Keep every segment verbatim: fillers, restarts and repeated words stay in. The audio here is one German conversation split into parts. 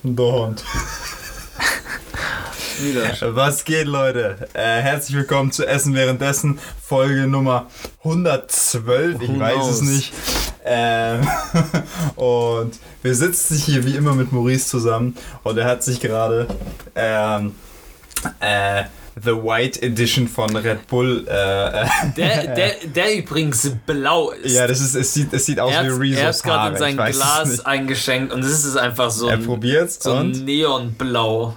Captain Dohond. Was geht, Leute? Äh, herzlich willkommen zu Essen währenddessen, Folge Nummer hundertzwölf, ich Who weiß knows? es nicht. Ähm, und wir sitzen hier wie immer mit Maurice zusammen und er hat sich gerade ähm, äh, The White Edition von Red Bull. Äh, der, der, der übrigens blau ist. Ja, das ist, es sieht, es sieht aus wie Rezos Haare. Er hat gerade in sein Glas eingeschenkt und es ist einfach so ein, er probiert's so ein und? Neonblau.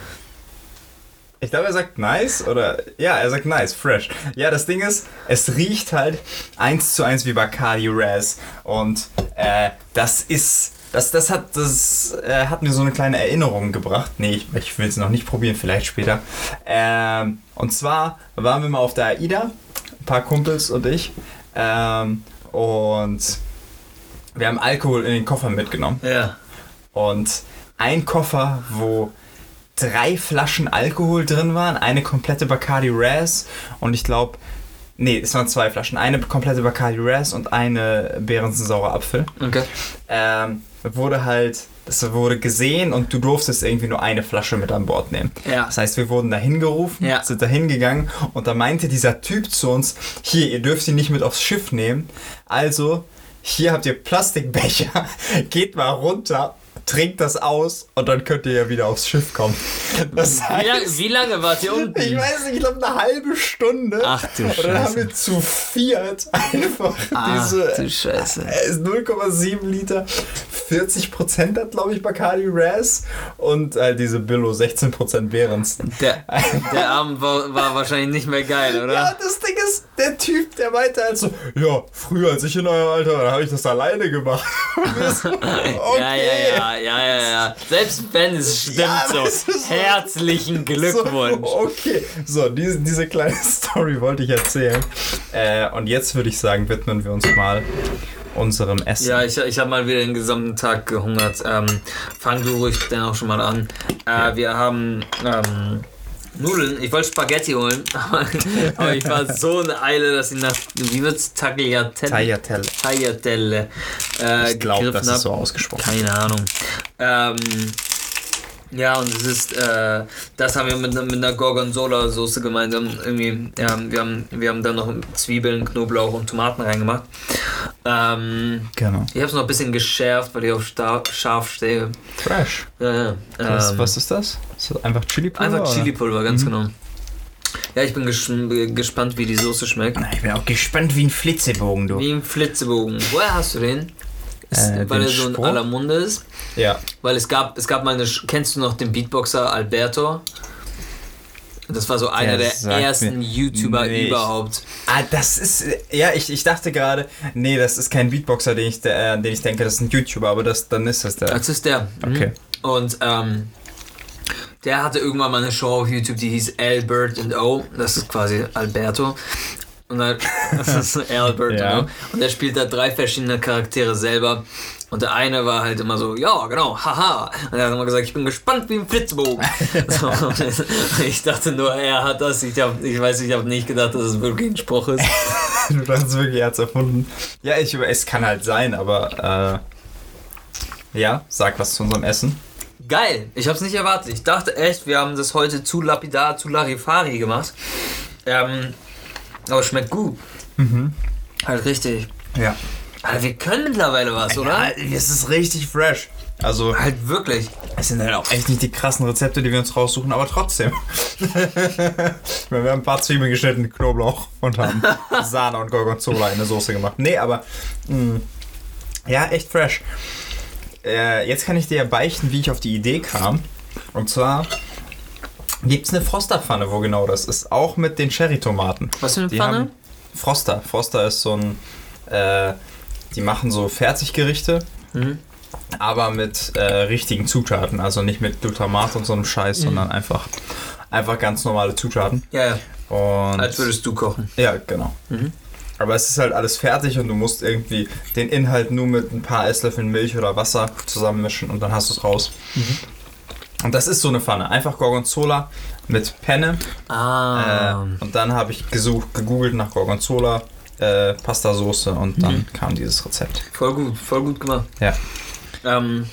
Ich glaube, er sagt nice oder ja, er sagt nice, fresh. Ja, das Ding ist, es riecht halt eins zu eins wie Bacardi Raz und äh, das ist, das, das hat, das äh, hat mir so eine kleine Erinnerung gebracht. Nee, ich, ich will es noch nicht probieren, vielleicht später. Ähm, und zwar waren wir mal auf der AIDA, ein paar Kumpels und ich, ähm, und wir haben Alkohol in den Koffer mitgenommen. Ja. Und ein Koffer, wo drei Flaschen Alkohol drin waren, eine komplette Bacardi Raz und ich glaube, nee, es waren zwei Flaschen, eine komplette Bacardi Raz und eine Behrensen saurer Apfel. Okay. Ähm, wurde halt, das wurde gesehen und du durftest irgendwie nur eine Flasche mit an Bord nehmen. Ja. Das heißt, wir wurden da hingerufen, ja. sind da hingegangen und da meinte dieser Typ zu uns, hier, ihr dürft ihn nicht mit aufs Schiff nehmen, also hier habt ihr Plastikbecher, geht mal runter, trinkt das aus und dann könnt ihr ja wieder aufs Schiff kommen. Das heißt, wie, lang, wie lange wart ihr unten? Ich weiß nicht, ich glaube eine halbe Stunde. Ach du Scheiße. Und dann haben wir zu viert einfach Ach, diese du Scheiße. null Komma sieben Liter, vierzig Prozent hat, glaube ich, Bacardi Raz und äh, diese Billo sechzehn Prozent Behrensen. Der, der Abend war, war wahrscheinlich nicht mehr geil, oder? Ja, das Ding ist, der Typ, der meinte halt so, ja, früher als ich in eurem Alter war, da habe ich das alleine gemacht. So, okay. Ja, ja, ja. Ja, ja, ja. Selbst wenn es stimmt, ja, so. Herzlichen Glückwunsch. So, okay, so, diese, diese kleine Story wollte ich erzählen. Äh, und jetzt würde ich sagen, widmen wir uns mal unserem Essen. Ja, ich, ich habe mal wieder den gesamten Tag gehungert. Ähm, fang du ruhig dann auch schon mal an. Äh, ja. Wir haben ähm, Nudeln. Ich wollte Spaghetti holen, aber ich war so in Eile, dass ich nach, wie wird's, Tagliatelle? Tagliatelle. Tagliatelle. Äh, ich glaube, das ist so ausgesprochen. Keine Ahnung. Ähm, ja, und es ist, äh, das haben wir mit, mit einer Gorgonzola-Soße gemeinsam irgendwie, ja, wir haben, wir haben dann noch Zwiebeln, Knoblauch und Tomaten reingemacht. Ähm, genau. Ich habe es noch ein bisschen geschärft, weil ich auf Star- scharf stehe. Fresh. Ja, ja. Was, ähm, was ist das? Ist das einfach Chili-Pulver? Einfach oder? Chili-Pulver, ganz mhm. genau. Ja, ich bin ges- gespannt, wie die Soße schmeckt. Ich bin auch gespannt wie ein Flitzebogen, du. Wie ein Flitzebogen. Woher hast du den? Ist, äh, weil den er so in Spruch? aller Munde ist? Ja. Weil es gab, es gab mal eine, kennst du noch den Beatboxer Alberto? Das war so einer der, der ersten mir, YouTuber nee, überhaupt. Ich, ah, das ist, ja, ich, ich dachte gerade, nee, das ist kein Beatboxer, den ich, äh, den ich denke, das ist ein YouTuber, aber das, dann ist das der. Das ist der. Okay. Und, ähm, der hatte irgendwann mal eine Show auf YouTube, die hieß Albert and O. Das ist quasi Alberto. Und dann, das ist Albert ja. and O. Und der spielt da drei verschiedene Charaktere selber. Und der eine war halt immer so, ja, genau, haha. Und er hat immer gesagt, ich bin gespannt wie ein Flitzebogen. So, ich dachte nur, er hat das. Ich, hab, ich weiß, ich habe nicht gedacht, dass es wirklich ein Spruch ist. Du dachtest wirklich, er hat es erfunden. Ja, ich, es kann halt sein, aber äh, ja, sag was zu unserem Essen. Geil, ich hab's nicht erwartet. Ich dachte echt, wir haben das heute zu lapidar, zu Larifari gemacht. Ähm, aber es schmeckt gut. Mhm. Halt richtig. Ja. Alter, wir können mittlerweile was, oder? Ja, es ist richtig fresh. Also halt wirklich. Es sind halt auch echt nicht die krassen Rezepte, die wir uns raussuchen, aber trotzdem. Wir haben ein paar Zwiebeln geschnitten, Knoblauch und haben Sahne und Gorgonzola in eine Soße gemacht. Nee, aber mh, ja, echt fresh. Äh, jetzt kann ich dir ja beichten, wie ich auf die Idee kam. Und zwar gibt es eine Frosterpfanne, wo genau das ist. Auch mit den Cherry-Tomaten. Was für eine die Pfanne? Haben Froster. Froster ist so ein... Äh, die machen so Fertiggerichte, mhm. aber mit äh, richtigen Zutaten. Also nicht mit Glutamat und so einem Scheiß, mhm. sondern einfach, einfach ganz normale Zutaten. Ja, ja. Und als würdest du kochen. Ja, genau. Mhm. Aber es ist halt alles fertig und du musst irgendwie den Inhalt nur mit ein paar Esslöffeln Milch oder Wasser zusammenmischen und dann hast du es raus. Mhm. Und das ist so eine Pfanne. Einfach Gorgonzola mit Penne. Ah. Äh, und dann habe ich gesucht, gegoogelt nach Gorgonzola, äh, Pastasoße und dann mhm. kam dieses Rezept. Voll gut, voll gut gemacht. Ja. Ähm,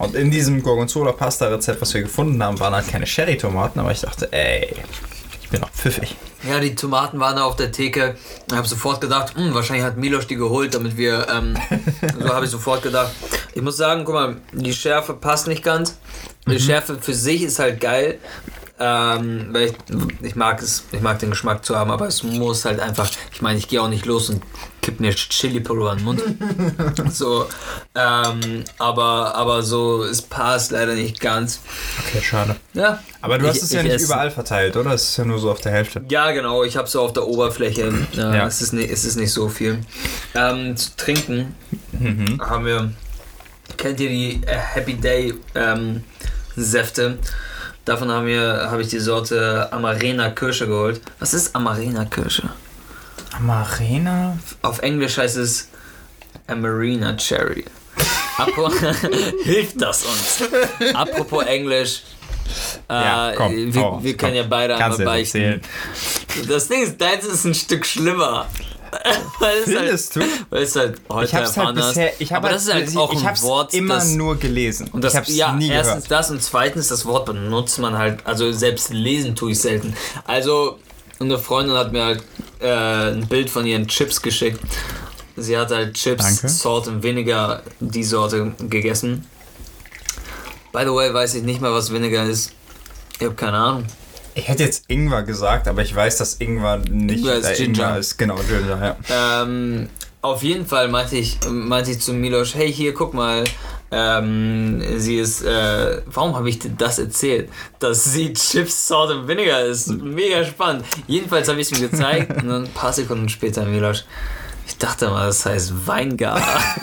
Und in diesem Gorgonzola-Pasta-Rezept, was wir gefunden haben, waren halt keine Cherry-Tomaten, aber ich dachte, ey, ich bin noch pfiffig. Ja, die Tomaten waren da auf der Theke. Ich habe sofort gedacht, hm, wahrscheinlich hat Milos die geholt, damit wir, ähm, so habe ich sofort gedacht. Ich muss sagen, guck mal, die Schärfe passt nicht ganz. Die mhm. Schärfe für sich ist halt geil. Ähm, weil ich, ich mag es, ich mag den Geschmack zu haben, aber es muss halt einfach, ich meine, ich gehe auch nicht los und kipp mir Chili-Pulver in den Mund. So, ähm, aber, aber so, es passt leider nicht ganz. Okay, schade. Ja. Aber du hast ich, es ja nicht esse. überall verteilt, oder? Es ist ja nur so auf der Hälfte. Ja, genau, ich habe so auf der Oberfläche. Äh, ja. es, ist nicht, es ist nicht so viel. Ähm, zu trinken mhm. haben wir, kennt ihr die äh, Happy Day ähm, Säfte? Davon haben wir, habe ich die Sorte Amarena Kirsche geholt. Was ist Amarena Kirsche? Amarena? Auf Englisch heißt es Amarena Cherry. Hilft das uns? Apropos Englisch. Äh, ja, komm, wir, oh, wir können ja beide einmal beichten. Erzählen. Das Ding ist, deins ist ein Stück schlimmer. Weil es Findest halt, du? Weil es halt heute ich hab's halt bisher, ich hab aber halt, das ist halt ich, auch ein ich hab's Wort, immer das, nur gelesen. Und das, ich hab's ja, nie erstens gehört. das und zweitens, das Wort benutzt man halt, also selbst lesen tue ich selten. Also, eine Freundin hat mir halt äh, ein Bild von ihren Chips geschickt. Sie hat halt Chips, Danke. Salt und Vinegar, die Sorte gegessen. By the way, weiß ich nicht mal, was Vinegar ist. Ich habe keine Ahnung. Ich hätte jetzt Ingwer gesagt, aber ich weiß, dass Ingwer nicht Ingwer ist äh, Ginger. Ingwer ist. Genau, Ginger, ja. Ähm, auf jeden Fall meinte ich, meinte ich zu Milos, hey, hier, guck mal, ähm, sie ist, äh, warum habe ich dir das erzählt? Dass sie Chips, Salt und Vinegar ist. Mega spannend. Jedenfalls habe ich es ihm gezeigt und dann ein paar Sekunden später, Milos, ich dachte mal, das heißt Weingar.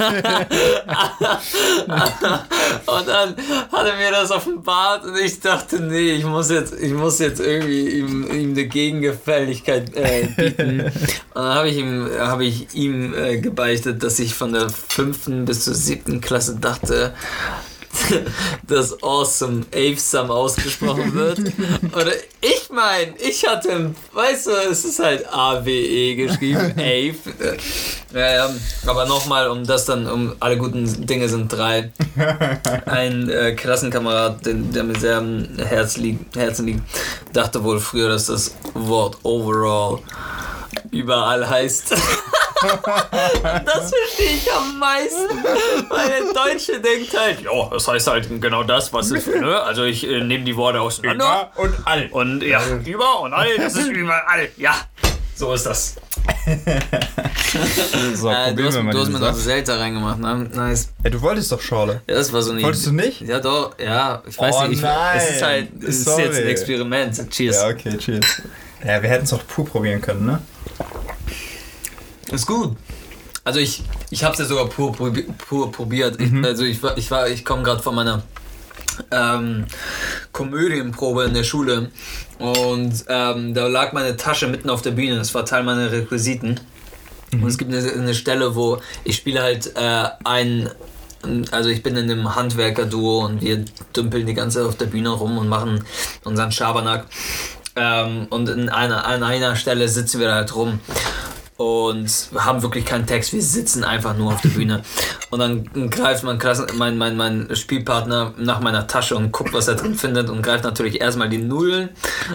Und dann hat er mir das offenbart und ich dachte, nee, ich muss jetzt, ich muss jetzt irgendwie ihm, ihm eine Gegengefälligkeit äh, bieten. Und dann habe ich ihm, habe ich ihm äh, gebeichtet, dass ich von der fünften bis zur siebten Klasse dachte, dass awesome Avesome ausgesprochen wird. Oder ich meine, ich hatte, weißt du, es ist halt A W E geschrieben, Ave. Ja, ja, aber nochmal, um das dann, um alle guten Dinge sind drei. Ein äh, Klassenkamerad, der, der mir sehr am Herz liegt, Herzen liegt, dachte wohl früher, dass das Wort overall überall heißt. Das verstehe ich am meisten, weil der Deutsche denkt halt, ja, das heißt halt genau das, was es, ne? Also ich äh, nehme die Worte auseinander. Über und all. Und ja, über und all, das ist überall. Ja, so ist das. So, äh, du hast, wir mal du hast mir noch Saft. Selter reingemacht, ne? Nice. Ja, du wolltest doch Schorle. Ja, das war so eine Wolltest du nicht? Ja, doch, ja. Ich weiß Oh, nicht, ich, nein. es ist halt, es ist Sorry. jetzt ein Experiment. Cheers. Ja, okay, cheers. Ja, wir hätten es auch pur probieren können, ne? Ist gut. Also ich, ich habe es ja sogar pur, pur, pur probiert. Mhm. Ich, also ich war, ich war, ich komme gerade von meiner ähm, Komödienprobe in der Schule und ähm, da lag meine Tasche mitten auf der Bühne. Das war Teil meiner Requisiten. Mhm. Und es gibt eine, eine Stelle, wo ich spiele halt äh, ein, also ich bin in einem Handwerker-Duo und wir dümpeln die ganze Zeit auf der Bühne rum und machen unseren Schabernack. Ähm, und in einer, an einer Stelle sitzen wir da halt rum. Und haben wirklich keinen Text, wir sitzen einfach nur auf der Bühne. Und dann greift mein, Klassen, mein, mein, mein Spielpartner nach meiner Tasche und guckt, was er drin findet und greift natürlich erstmal die Nullen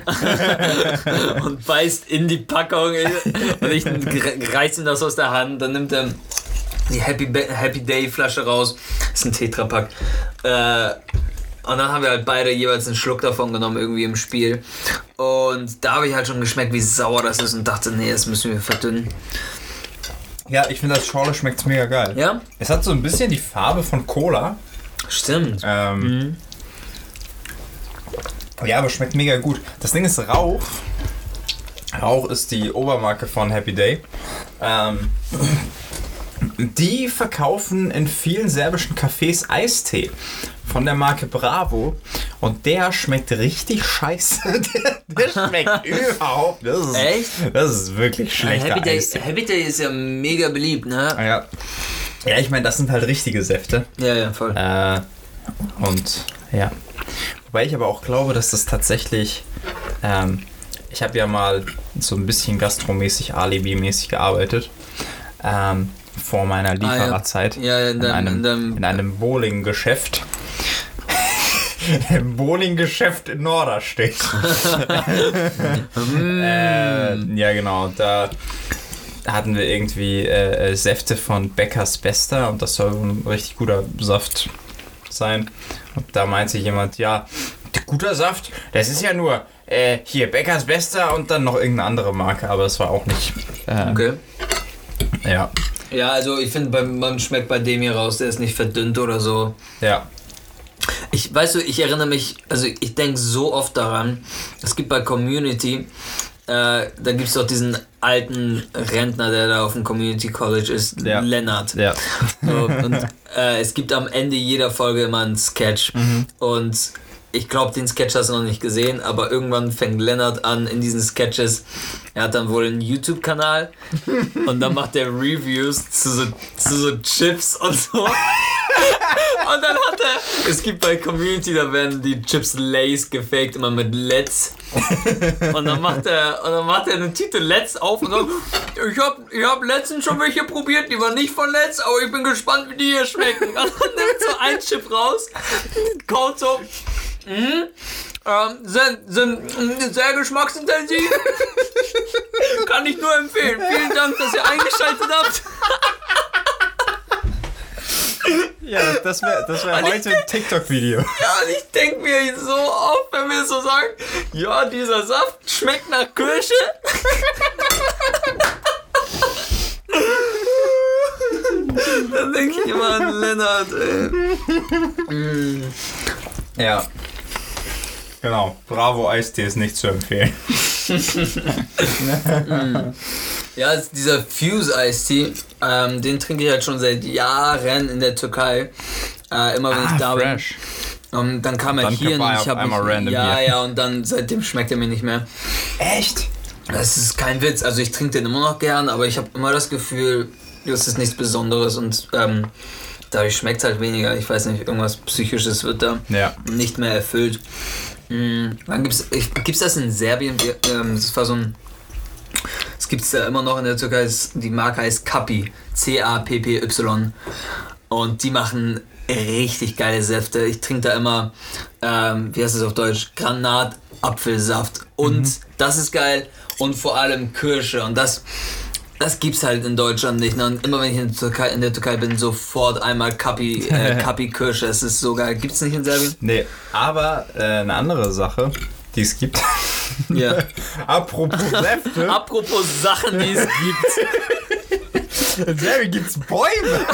und beißt in die Packung. Und ich reiß ihm das aus der Hand, dann nimmt er die Happy, Happy Day Flasche raus, das ist ein Tetrapack. Äh, Und dann haben wir halt beide jeweils einen Schluck davon genommen, irgendwie im Spiel. Und da habe ich halt schon geschmeckt, wie sauer das ist und dachte, nee, das müssen wir verdünnen. Ja, ich finde, als Schorle schmeckt es mega geil. Ja? Es hat so ein bisschen die Farbe von Cola. Stimmt. Ähm, Mhm. Ja, aber schmeckt mega gut. Das Ding ist Rauch. Rauch ist die Obermarke von Happy Day. Ähm, die verkaufen in vielen serbischen Cafés Eistee von der Marke Bravo und der schmeckt richtig scheiße. Der, der schmeckt überhaupt. Das ist, Echt? Das ist wirklich schlechter Happy Day, Eistee. Happy Day ist ja mega beliebt, ne? Ja, ja, ich meine, das sind halt richtige Säfte. Ja, ja, voll. Äh, und ja. Wobei ich aber auch glaube, dass das tatsächlich, ähm, ich habe ja mal so ein bisschen gastromäßig, Alibi-mäßig gearbeitet, ähm, vor meiner Liefererzeit. Ah, ja. Ja, in, in, deinem, einem, in deinem in einem Bowling-Geschäft. im Bowling-Geschäft in Norderstedt. äh, ja, genau. Da hatten wir irgendwie äh, Säfte von Bäckers Bester und das soll ein richtig guter Saft sein. Und da meinte jemand, ja, guter Saft, das ist ja nur äh, hier Bäckers Bester und dann noch irgendeine andere Marke, aber das war auch nicht. Äh, Okay. Ja. Ja, also ich finde, man schmeckt bei dem hier raus, der ist nicht verdünnt oder so. Ja. Ich, weißt du, ich erinnere mich, also ich denke so oft daran, es gibt bei Community, äh, da gibt es doch diesen alten Rentner, der da auf dem Community College ist, Ja. Lennart. Ja. So, und äh, es gibt am Ende jeder Folge immer einen Sketch. Mhm. Und ich glaube, den Sketch hast du noch nicht gesehen, aber irgendwann fängt Lennart an in diesen Sketches. Er hat dann wohl einen YouTube-Kanal und dann macht er Reviews zu so, zu so Chips und so. Und dann hat er, es gibt bei Community, da werden die Chips Lays gefaked, immer mit Let's. Und dann macht er, und dann macht er eine Tüte Let's auf und sagt, ich hab, ich hab letztens schon welche probiert, die waren nicht von Let's, aber ich bin gespannt, wie die hier schmecken. Und dann nimmt so ein Chip raus, kaut so, mhm. Ähm, sind, sind sehr geschmacksintensiv. Kann ich nur empfehlen. Vielen Dank, dass ihr eingeschaltet habt. Ja, das wäre das wär Und heute ein TikTok-Video. Ja, und ich denke mir so oft, wenn wir so sagen, ja, dieser Saft schmeckt nach Kirsche. Dann denke ich immer an Lennart, ey. Mm. Ja. Genau. Bravo Eistee ist nicht zu empfehlen. Ja, es ist dieser Fuse-Eistee, ähm, den trinke ich halt schon seit Jahren in der Türkei. Äh, immer wenn Ah, ich da fresh. bin. Und dann kam er Dann hier war und er ich auf habe einmal random ja, hier. ja, und dann seitdem schmeckt er mir nicht mehr. Echt? Das ist kein Witz, also ich trinke den immer noch gern, aber ich habe immer das Gefühl, das ist nichts Besonderes und ähm, dadurch schmeckt es halt weniger. Ich weiß nicht, irgendwas Psychisches wird da Ja. nicht mehr erfüllt. Mhm. Dann gibt's, ich, gibt's das in Serbien? Wir, ähm, das war so ein, das gibt es da immer noch in der Türkei. Das, die Marke heißt Cappi, C A P P Y, und die machen richtig geile Säfte. Ich trinke da immer, ähm, wie heißt das auf Deutsch, Granatapfelsaft und mhm. das ist geil und vor allem Kirsche und das Das gibt's halt in Deutschland nicht. Ne? Und immer wenn ich in der Türkei, in der Türkei bin, sofort einmal Cappi, äh, Cappi Kirsche. Es ist so geil. Gibt's nicht in Serbien? Nee, aber äh, eine andere Sache, die es gibt. Ja. Apropos Säfte. Apropos Sachen, die es gibt. In Serbien gibt's Bäume.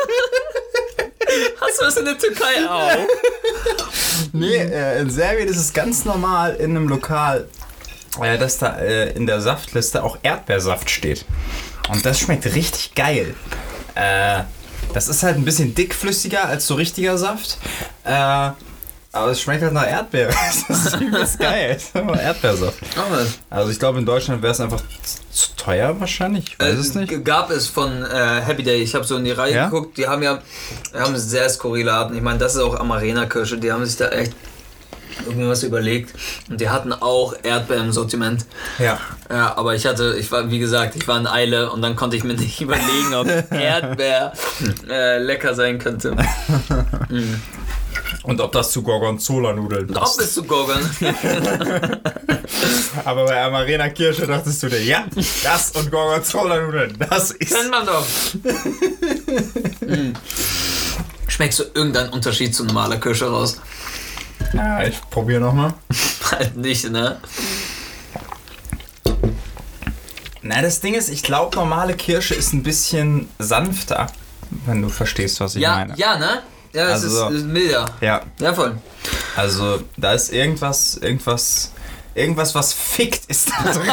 Hast du das in der Türkei auch? Nee, äh, in Serbien ist es ganz normal in einem Lokal, äh, dass da äh, in der Saftliste auch Erdbeersaft steht. Und das schmeckt richtig geil. Äh, das ist halt ein bisschen dickflüssiger als so richtiger Saft. Äh, aber es schmeckt halt nach Erdbeere. Das ist übelst geil. Erdbeersaft. Oh, was? Also ich glaube, in Deutschland wäre es einfach zu teuer wahrscheinlich. Ich weiß äh, es nicht. Gab es von äh, Happy Day. Ich habe so in die Reihe Ja? geguckt. Die haben ja die haben sehr skurrile Arten. Ich meine, das ist auch Amarena-Kirsche. Die haben sich da echt irgendwas überlegt. Und die hatten auch Erdbeer im Sortiment. Ja. Ja, aber ich hatte, ich war, wie gesagt, ich war in Eile und dann konnte ich mir nicht überlegen, ob Erdbeer äh, lecker sein könnte. Mhm. Und ob das zu Gorgonzola-Nudeln Ob passt. es zu Gorgon. Aber bei Amarena Kirsche dachtest du dir, ja, das und Gorgonzola-Nudeln, das ist... Kennt man doch. Mhm. Schmeckst du irgendeinen Unterschied zu normaler Kirsche raus? Ja, ich probiere nochmal. Halt nicht, ne? Na, das Ding ist, ich glaube, normale Kirsche ist ein bisschen sanfter, wenn du verstehst, was ich Ja, meine. ja, ne? Ja, es Also- ist, ist milder. Ja, Ja, voll. also da ist irgendwas, irgendwas, irgendwas, was fickt, ist da drin.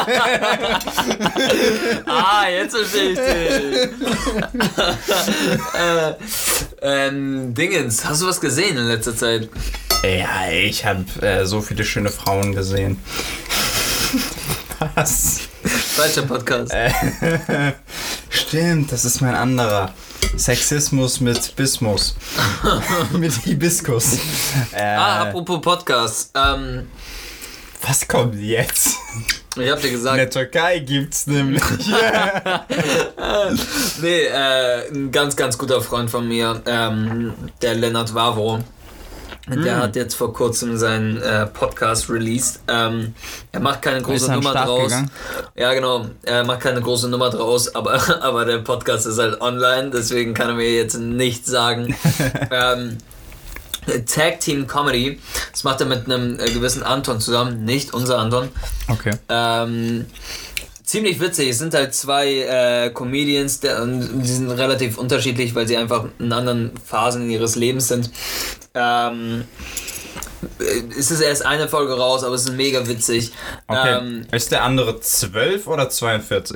Ah, jetzt verstehe ich dich. äh, ähm, Dingens, hast du was gesehen in letzter Zeit? Ja, ich habe äh, so viele schöne Frauen gesehen. Was? Falscher Podcast. Äh, Stimmt, das ist mein anderer. Sexismus mit Bismus. Mit Hibiskus. Äh, Ah, apropos Podcast. Ähm, was kommt jetzt? ich hab dir In gesagt, der Türkei gibt's nämlich. nee, äh, ein ganz, ganz guter Freund von mir, ähm, der Lennart Wawro, Der hat jetzt vor kurzem seinen äh, Podcast released. Ähm, er macht keine große Nummer draus. Gegangen? Ja, genau. Er macht keine große Nummer draus, aber, aber der Podcast ist halt online, deswegen kann er mir jetzt nichts sagen. ähm, Tag Team Comedy, das macht er mit einem äh, gewissen Anton zusammen, nicht unser Anton. Okay. Ähm, ziemlich witzig. Es sind halt zwei äh, Comedians, der, die sind relativ unterschiedlich, weil sie einfach in anderen Phasen ihres Lebens sind. Ähm, es ist erst eine Folge raus, aber es ist mega witzig. Okay. Ähm, ist der andere zwölf oder zweiundvierzig?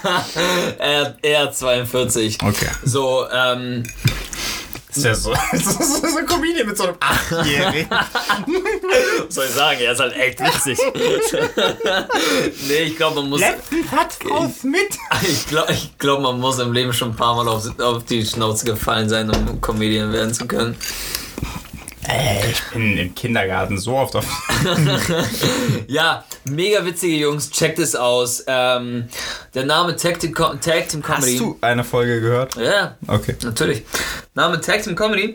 er, er zweiundvierzig. Okay. So, ähm... Ist ja so, so, so, so ein Comedian mit so einem Achtjährigen. Was soll ich sagen? Er ist halt echt witzig. Nee, ich glaube, man muss... Letztens hat Frau's mit. Ich glaube, ich glaub, man muss im Leben schon ein paar Mal auf, auf die Schnauze gefallen sein, um Comedian werden zu können. Ey, ich bin im Kindergarten so oft auf... Ja, mega witzige Jungs, checkt es aus. Ähm, der Name Tag Team, Tag Team Comedy... Hast du eine Folge gehört? Ja, okay. Natürlich. Name Tag Team Comedy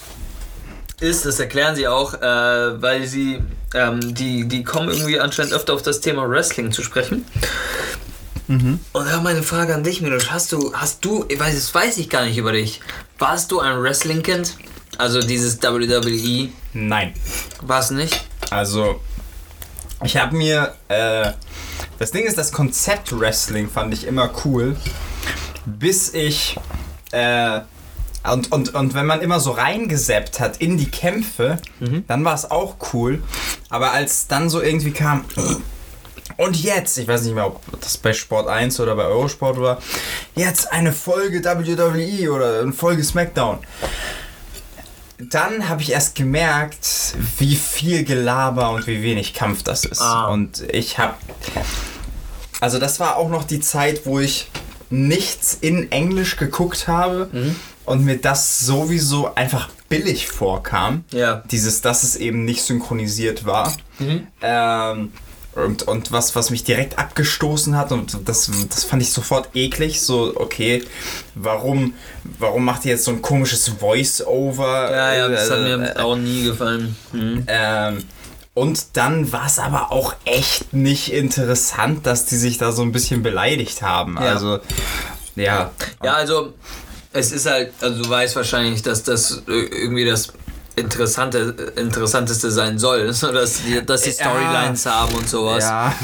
ist, das erklären sie auch, äh, weil sie, ähm, die, die kommen irgendwie anscheinend öfter auf das Thema Wrestling zu sprechen. Mhm. Und da meine Frage an dich, Miloš, hast du, hast du, ich weiß, das weiß ich gar nicht über dich, warst du ein Wrestling-Kind? Also dieses W W E? Nein. War's nicht? Also, ich habe mir, äh, das Ding ist, das Konzept Wrestling fand ich immer cool, bis ich, äh, und, und, und wenn man immer so reingesappt hat in die Kämpfe, mhm. dann war es auch cool, aber als dann so irgendwie kam, und jetzt, ich weiß nicht mehr, ob das bei Sport eins oder bei Eurosport war, jetzt eine Folge W W E oder eine Folge SmackDown. Dann habe ich erst gemerkt, wie viel Gelaber und wie wenig Kampf das ist. Ah. Und ich habe... Also das war auch noch die Zeit, wo ich nichts in Englisch geguckt habe mhm. und mir das sowieso einfach billig vorkam. Ja. Dieses, dass es eben nicht synchronisiert war. Mhm. Ähm... Und, und was, was mich direkt abgestoßen hat, und das, das fand ich sofort eklig, so, okay, warum, warum macht ihr jetzt so ein komisches Voice-Over? Ja, ja, das hat mir äh, auch nie gefallen. Mhm. Ähm, und dann war es aber auch echt nicht interessant, dass die sich da so ein bisschen beleidigt haben. Ja. Also, ja. Ja, also, es ist halt, also du weißt wahrscheinlich, dass das irgendwie das Interessante, Interessanteste sein soll, dass die, dass die Storylines ja. haben und sowas. Ja.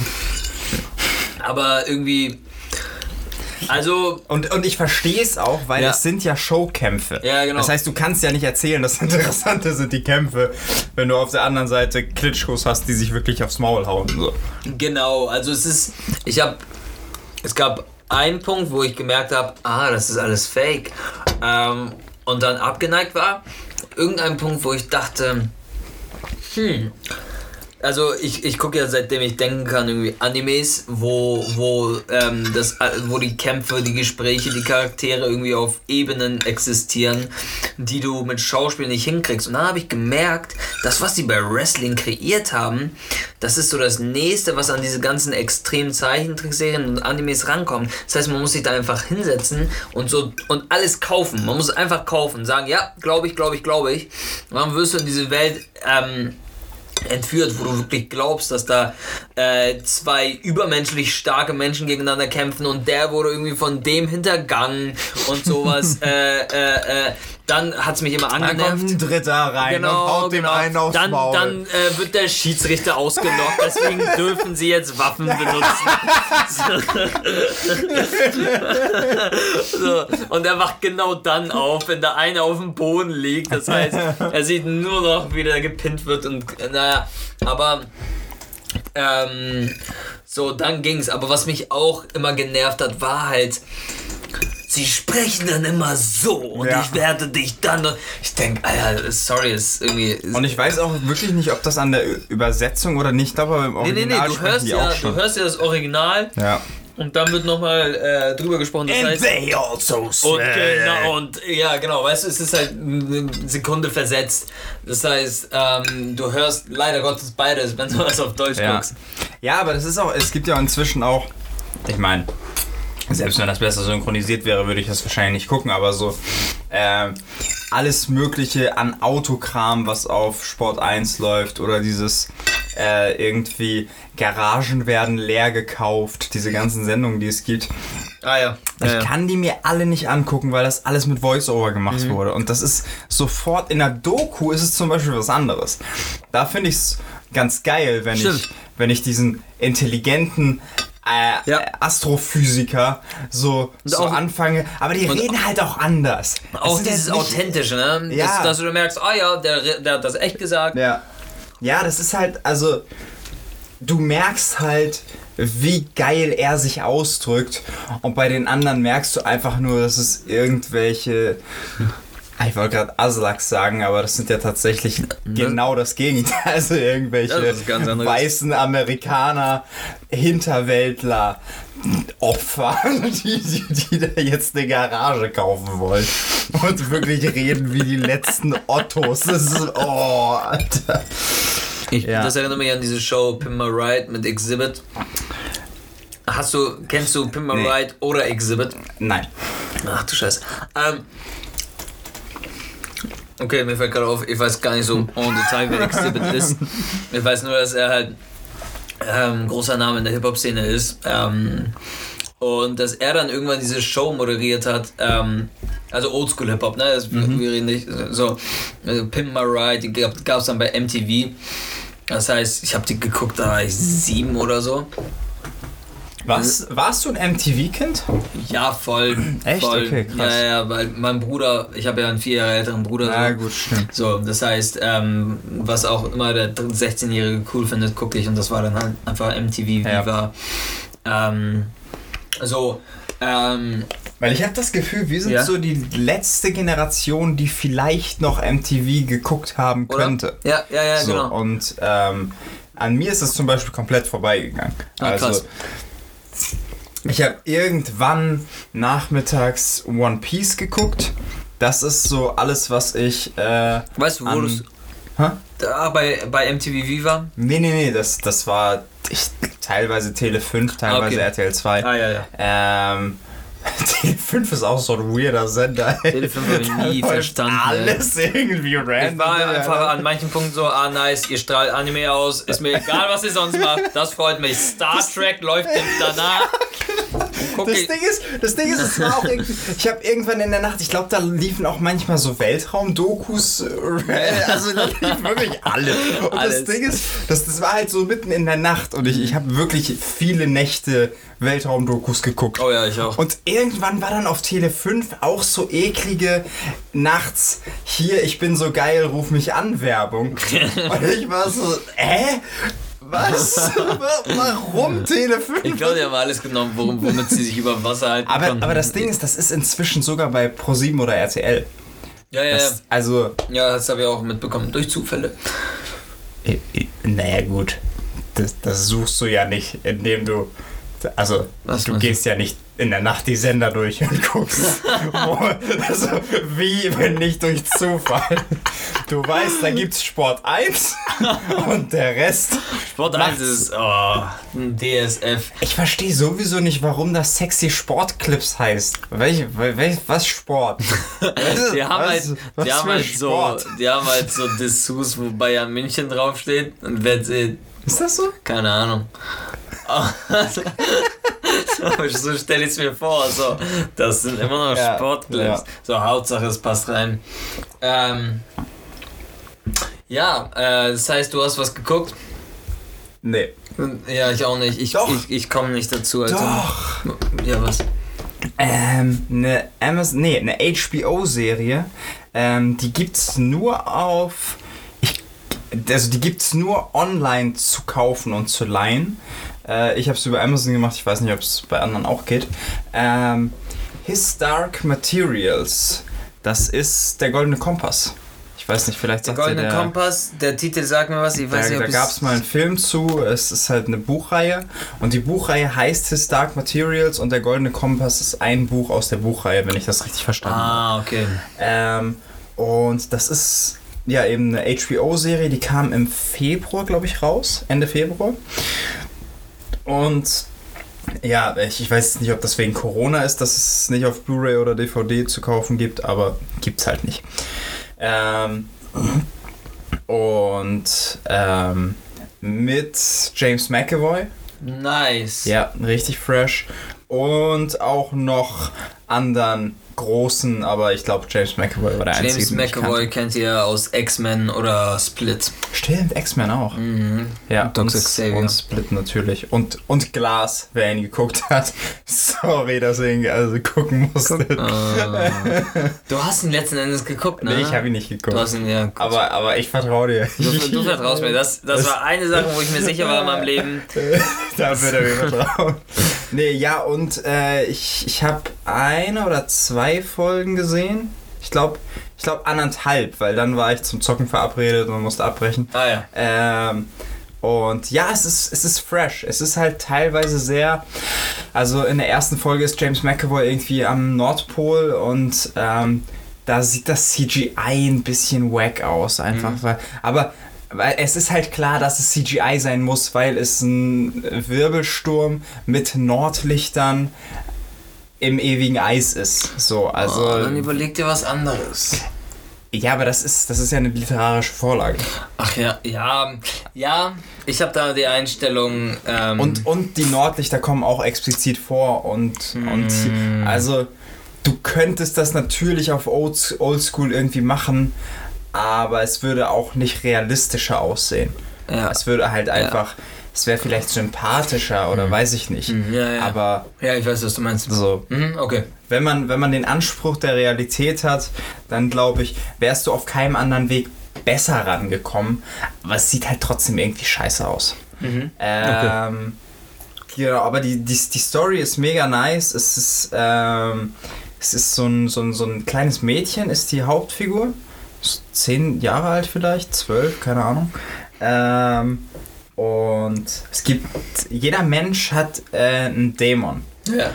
Aber irgendwie, also... Und, und ich verstehe es auch, weil ja. es sind ja Showkämpfe. Ja, genau. Das heißt, du kannst ja nicht erzählen, das Interessante sind die Kämpfe, wenn du auf der anderen Seite Klitschkos hast, die sich wirklich aufs Maul hauen. So. Genau, also es ist, ich habe, es gab einen Punkt, wo ich gemerkt habe, ah, das ist alles Fake. Ähm, und dann abgeneigt war. Irgendein Punkt, wo ich dachte, hm, also ich, ich gucke ja seitdem ich denken kann irgendwie Animes, wo, wo, ähm, das, wo die Kämpfe, die Gespräche, die Charaktere irgendwie auf Ebenen existieren, die du mit Schauspiel nicht hinkriegst. Und dann habe ich gemerkt, das, was sie bei Wrestling kreiert haben, das ist so das Nächste, was an diese ganzen extremen Zeichentrickserien und Animes rankommt. Das heißt, man muss sich da einfach hinsetzen und so und alles kaufen. Man muss einfach kaufen, sagen, ja, glaube ich, glaube ich, glaube ich. Und dann wirst du in diese Welt ähm, entführt, wo du wirklich glaubst, dass da äh, zwei übermenschlich starke Menschen gegeneinander kämpfen und der wurde irgendwie von dem hintergangen und sowas. äh, äh, äh, dann hat es mich immer angenervt. Dann kommt ein Dritter rein genau, und haut genau. dem einen aufs dann, Maul. Dann äh, wird der Schiedsrichter ausgelockt, deswegen dürfen sie jetzt Waffen benutzen. So. Und er wacht genau dann auf, wenn der eine auf dem Boden liegt. Das heißt, er sieht nur noch, wie der gepinnt wird und naja, aber ähm, so, dann ging's. Aber was mich auch immer genervt hat, war halt, sie sprechen dann immer so und ja. ich werde dich dann... Ich denke, Alter, sorry, ist irgendwie... Ist und ich weiß auch wirklich nicht, ob das an der Übersetzung oder nicht, aber im Original nee, nee, nee, du hörst, die ja, auch schon. du hörst ja das Original ja. und dann wird nochmal äh, drüber gesprochen. Das And heißt, they also und genau, und ja, genau, weißt du, es ist halt eine Sekunde versetzt. Das heißt, ähm, du hörst leider Gottes beides, wenn du was auf Deutsch ja. guckst. Ja, aber das ist auch, es gibt ja inzwischen auch, ich meine... Selbst wenn das besser synchronisiert wäre, würde ich das wahrscheinlich nicht gucken, aber so ähm, alles Mögliche an Autokram, was auf Sport eins läuft, oder dieses äh, irgendwie Garagen werden leer gekauft, diese ganzen Sendungen, die es gibt. Ah ja. Ich ja, ja. kann die mir alle nicht angucken, weil das alles mit Voice-Over gemacht Mhm. wurde. Und das ist sofort, in der Doku ist es zum Beispiel was anderes. Da finde ich es ganz geil, wenn Stimmt. ich, wenn ich diesen intelligenten äh, Ja. äh, Astrophysiker so, Und so auch- anfange. Aber die und reden halt auch anders. Es Auch sind dieses jetzt nicht- Authentische, ne? Ja. Dass, dass du merkst, ah ja, der, der hat das echt gesagt. Ja. Ja, das ist halt, also, du merkst halt, wie geil er sich ausdrückt. Und bei den anderen merkst du einfach nur, dass es irgendwelche. Ich wollte gerade Aslaks sagen, aber das sind ja tatsächlich genau das Gegenteil. Also irgendwelche Ja, das ist ganz anderes. weißen Amerikaner, Hinterwäldler, Opfer, die, die, die da jetzt eine Garage kaufen wollen. Und wirklich reden wie die letzten Ottos. Das ist, oh, Alter. Ich, Ja. Das erinnert mich an diese Show Pimp My Ride mit Exhibit. Hast du, kennst du Pimp My Nee. Ride oder Exhibit? Nein. Ach du Scheiße. Ähm, okay, mir fällt gerade auf, ich weiß gar nicht so en Detail, wer Exhibit ist. Ich weiß nur, dass er halt ähm, großer Name in der Hip-Hop-Szene ist. Ähm, und dass er dann irgendwann diese Show moderiert hat, ähm, also Oldschool-Hip-Hop, ne? Das, Wir reden nicht so. Also Pimp My Ride, die gab es dann bei M T V. Das heißt, ich habe die geguckt, da war ich sieben oder so. Was, warst du ein M T V-Kind? Ja, voll. Echt? Voll. Okay, krass. Ja, ja, weil mein Bruder, ich habe ja einen vier Jahre älteren Bruder. Ja, so. gut, stimmt. So, das heißt, ähm, was auch immer der sechzehnjährige cool findet, gucke ich, und das war dann halt einfach M T V Ja. Viva. Ähm, so, ähm, Weil ich habe das Gefühl, wir sind Ja. so die letzte Generation, die vielleicht noch M T V geguckt haben oder? könnte. Ja, ja, ja, so, genau. Und ähm, an mir ist es zum Beispiel komplett vorbeigegangen. Ah, krass. Also, ich habe irgendwann nachmittags One Piece geguckt. Das ist so alles, was ich. Äh, Weißt du, wo an- du Hä? da bei, bei M T V Viva? Nee, nee, nee, das, das war ich, teilweise Tele fünf, teilweise Okay. R T L zwei. Ah, ja, ja. Ähm, Tele fünf ist auch so ein weirder Sender. ey. Tele fünf habe ich nie Da läuft verstanden, Alles irgendwie random. Ich war einfach Alter. an manchen Punkten so, ah nice, ihr strahlt Anime aus, ist mir egal, was ihr sonst macht, das freut mich. Star Trek läuft danach. Guck Das ich, Ding ist, das Ding ist, es war auch irgendwie, ich habe irgendwann in der Nacht, ich glaube, da liefen auch manchmal so Weltraumdokus, äh, also da lief wirklich alle. Und Alles. das Ding ist, das, das war halt so mitten in der Nacht und ich, ich habe wirklich viele Nächte Weltraumdokus geguckt. oh ja, ich auch. Und irgendwann war dann auf Tele fünf auch so eklige nachts, hier, ich bin so geil, ruf mich an, Werbung. Und ich war so, hä? Was? Warum Tele fünf? Ich glaube, die haben alles genommen, worum, womit sie sich über Wasser halten Aber, konnten. aber das Ding ist, das ist inzwischen sogar bei ProSieben oder R T L. Ja, ja, ja. Das, also, Ja, das habe ich auch mitbekommen, durch Zufälle. i- i- naja gut, das, das suchst du ja nicht, indem du, also Was du meinst du? gehst ja nicht in der Nacht die Sender durch und guckst, wo, also wie, wenn nicht durch Zufall. Du weißt, da gibt's Sport eins und der Rest. Sport Nachts. eins ist, oh, ein D S F. Ich verstehe sowieso nicht, warum das sexy Sportclips heißt. Welch, welch, was Sport? Was, Die haben was, halt, was die haben für halt so, Sport? die haben halt so Dessous, wo Bayern München draufsteht, und wer sieht, Ist das so? keine Ahnung. So stelle ich es mir vor. So, das sind immer noch Ja, Sportclips. ja. So, Hauptsache es passt rein. Ähm, ja, äh, das heißt, du hast was geguckt? Nee. Ja, ich auch nicht. Ich, Doch. ich, ich komme nicht dazu. Alter. Doch. Ja, was? Ähm, eine Amazon, nee, eine H B O-Serie. Ähm, die gibt's nur auf. Ich, also die gibt's nur online zu kaufen und zu leihen. Äh, ich habe es über Amazon gemacht. Ich weiß nicht, ob es bei anderen auch geht. Ähm, His Dark Materials. Das ist der Goldene Kompass. Ich weiß nicht, vielleicht Der sagt Goldene der, Kompass, der Titel sagt mir was, ich weiß Da, nicht, da ob gab es mal einen Film zu, es ist halt eine Buchreihe und die Buchreihe heißt His Dark Materials und der Goldene Kompass ist ein Buch aus der Buchreihe, wenn ich das richtig verstanden habe. Ah, okay. Ähm, und das ist ja eben eine H B O-Serie, die kam im Februar, glaube ich, raus, Ende Februar. Und Ja, ich, ich weiß nicht, ob das wegen Corona ist, dass es nicht auf Blu-ray oder D V D zu kaufen gibt, aber gibt's halt nicht. Ähm, und ähm, mit James McAvoy. Nice. Ja, richtig fresh. Und auch noch anderen großen, aber ich glaube James McAvoy war der James einzige. James McAvoy kennt ihr aus X-Men oder Split. Stimmt, X-Men auch. Mhm. Ja, Doctor und, Xavier. Und Split natürlich. Und, und Glass, wer ihn geguckt hat. Sorry, dass ihr ihn also gucken musstet. Uh, du hast ihn letzten Endes geguckt, ne? Nee, ich habe ihn nicht geguckt. Du hast ihn, ja, gut. aber, aber ich vertraue dir. Du, du vertraust mir. Das, das war eine Sache, wo ich mir sicher war in meinem Leben. Da wird er mir vertrauen. Nee, ja, und äh, ich, ich habe eine oder zwei Folgen gesehen. Ich glaube, ich glaube anderthalb, weil dann war ich zum Zocken verabredet und musste abbrechen. Ah ja. Ähm, und ja, es ist, es ist fresh. Es ist halt teilweise sehr... Also in der ersten Folge ist James McAvoy irgendwie am Nordpol und ähm, da sieht das C G I ein bisschen wack aus. Einfach, mhm. weil... Aber... Weil es ist halt klar, dass es C G I sein muss, weil es ein Wirbelsturm mit Nordlichtern im ewigen Eis ist. So, also. Oh, dann überleg dir was anderes. Ja, aber das ist, das ist ja eine literarische Vorlage. Ach ja, ja, ja. Ich habe da die Einstellung. Ähm und, und die Nordlichter kommen auch explizit vor und, mm. und also du könntest das natürlich auf Old, Oldschool irgendwie machen. Aber es würde auch nicht realistischer aussehen. Ja. Es würde halt einfach, ja. es wäre vielleicht sympathischer oder mhm. weiß ich nicht. Mhm, ja, ja. Aber ja, ich weiß, was du meinst. So, mhm, okay. Wenn man, wenn man den Anspruch der Realität hat, dann glaube ich, wärst du auf keinem anderen Weg besser rangekommen. Aber es sieht halt trotzdem irgendwie scheiße aus. Mhm. Ähm, okay. Ja, aber die, die, die Story ist mega nice. Es ist, ähm, es ist so ein, so ein, so ein kleines Mädchen, ist die Hauptfigur. Zehn Jahre alt vielleicht, zwölf, keine Ahnung. Ähm, und es gibt, jeder Mensch hat äh, einen Dämon. Ja.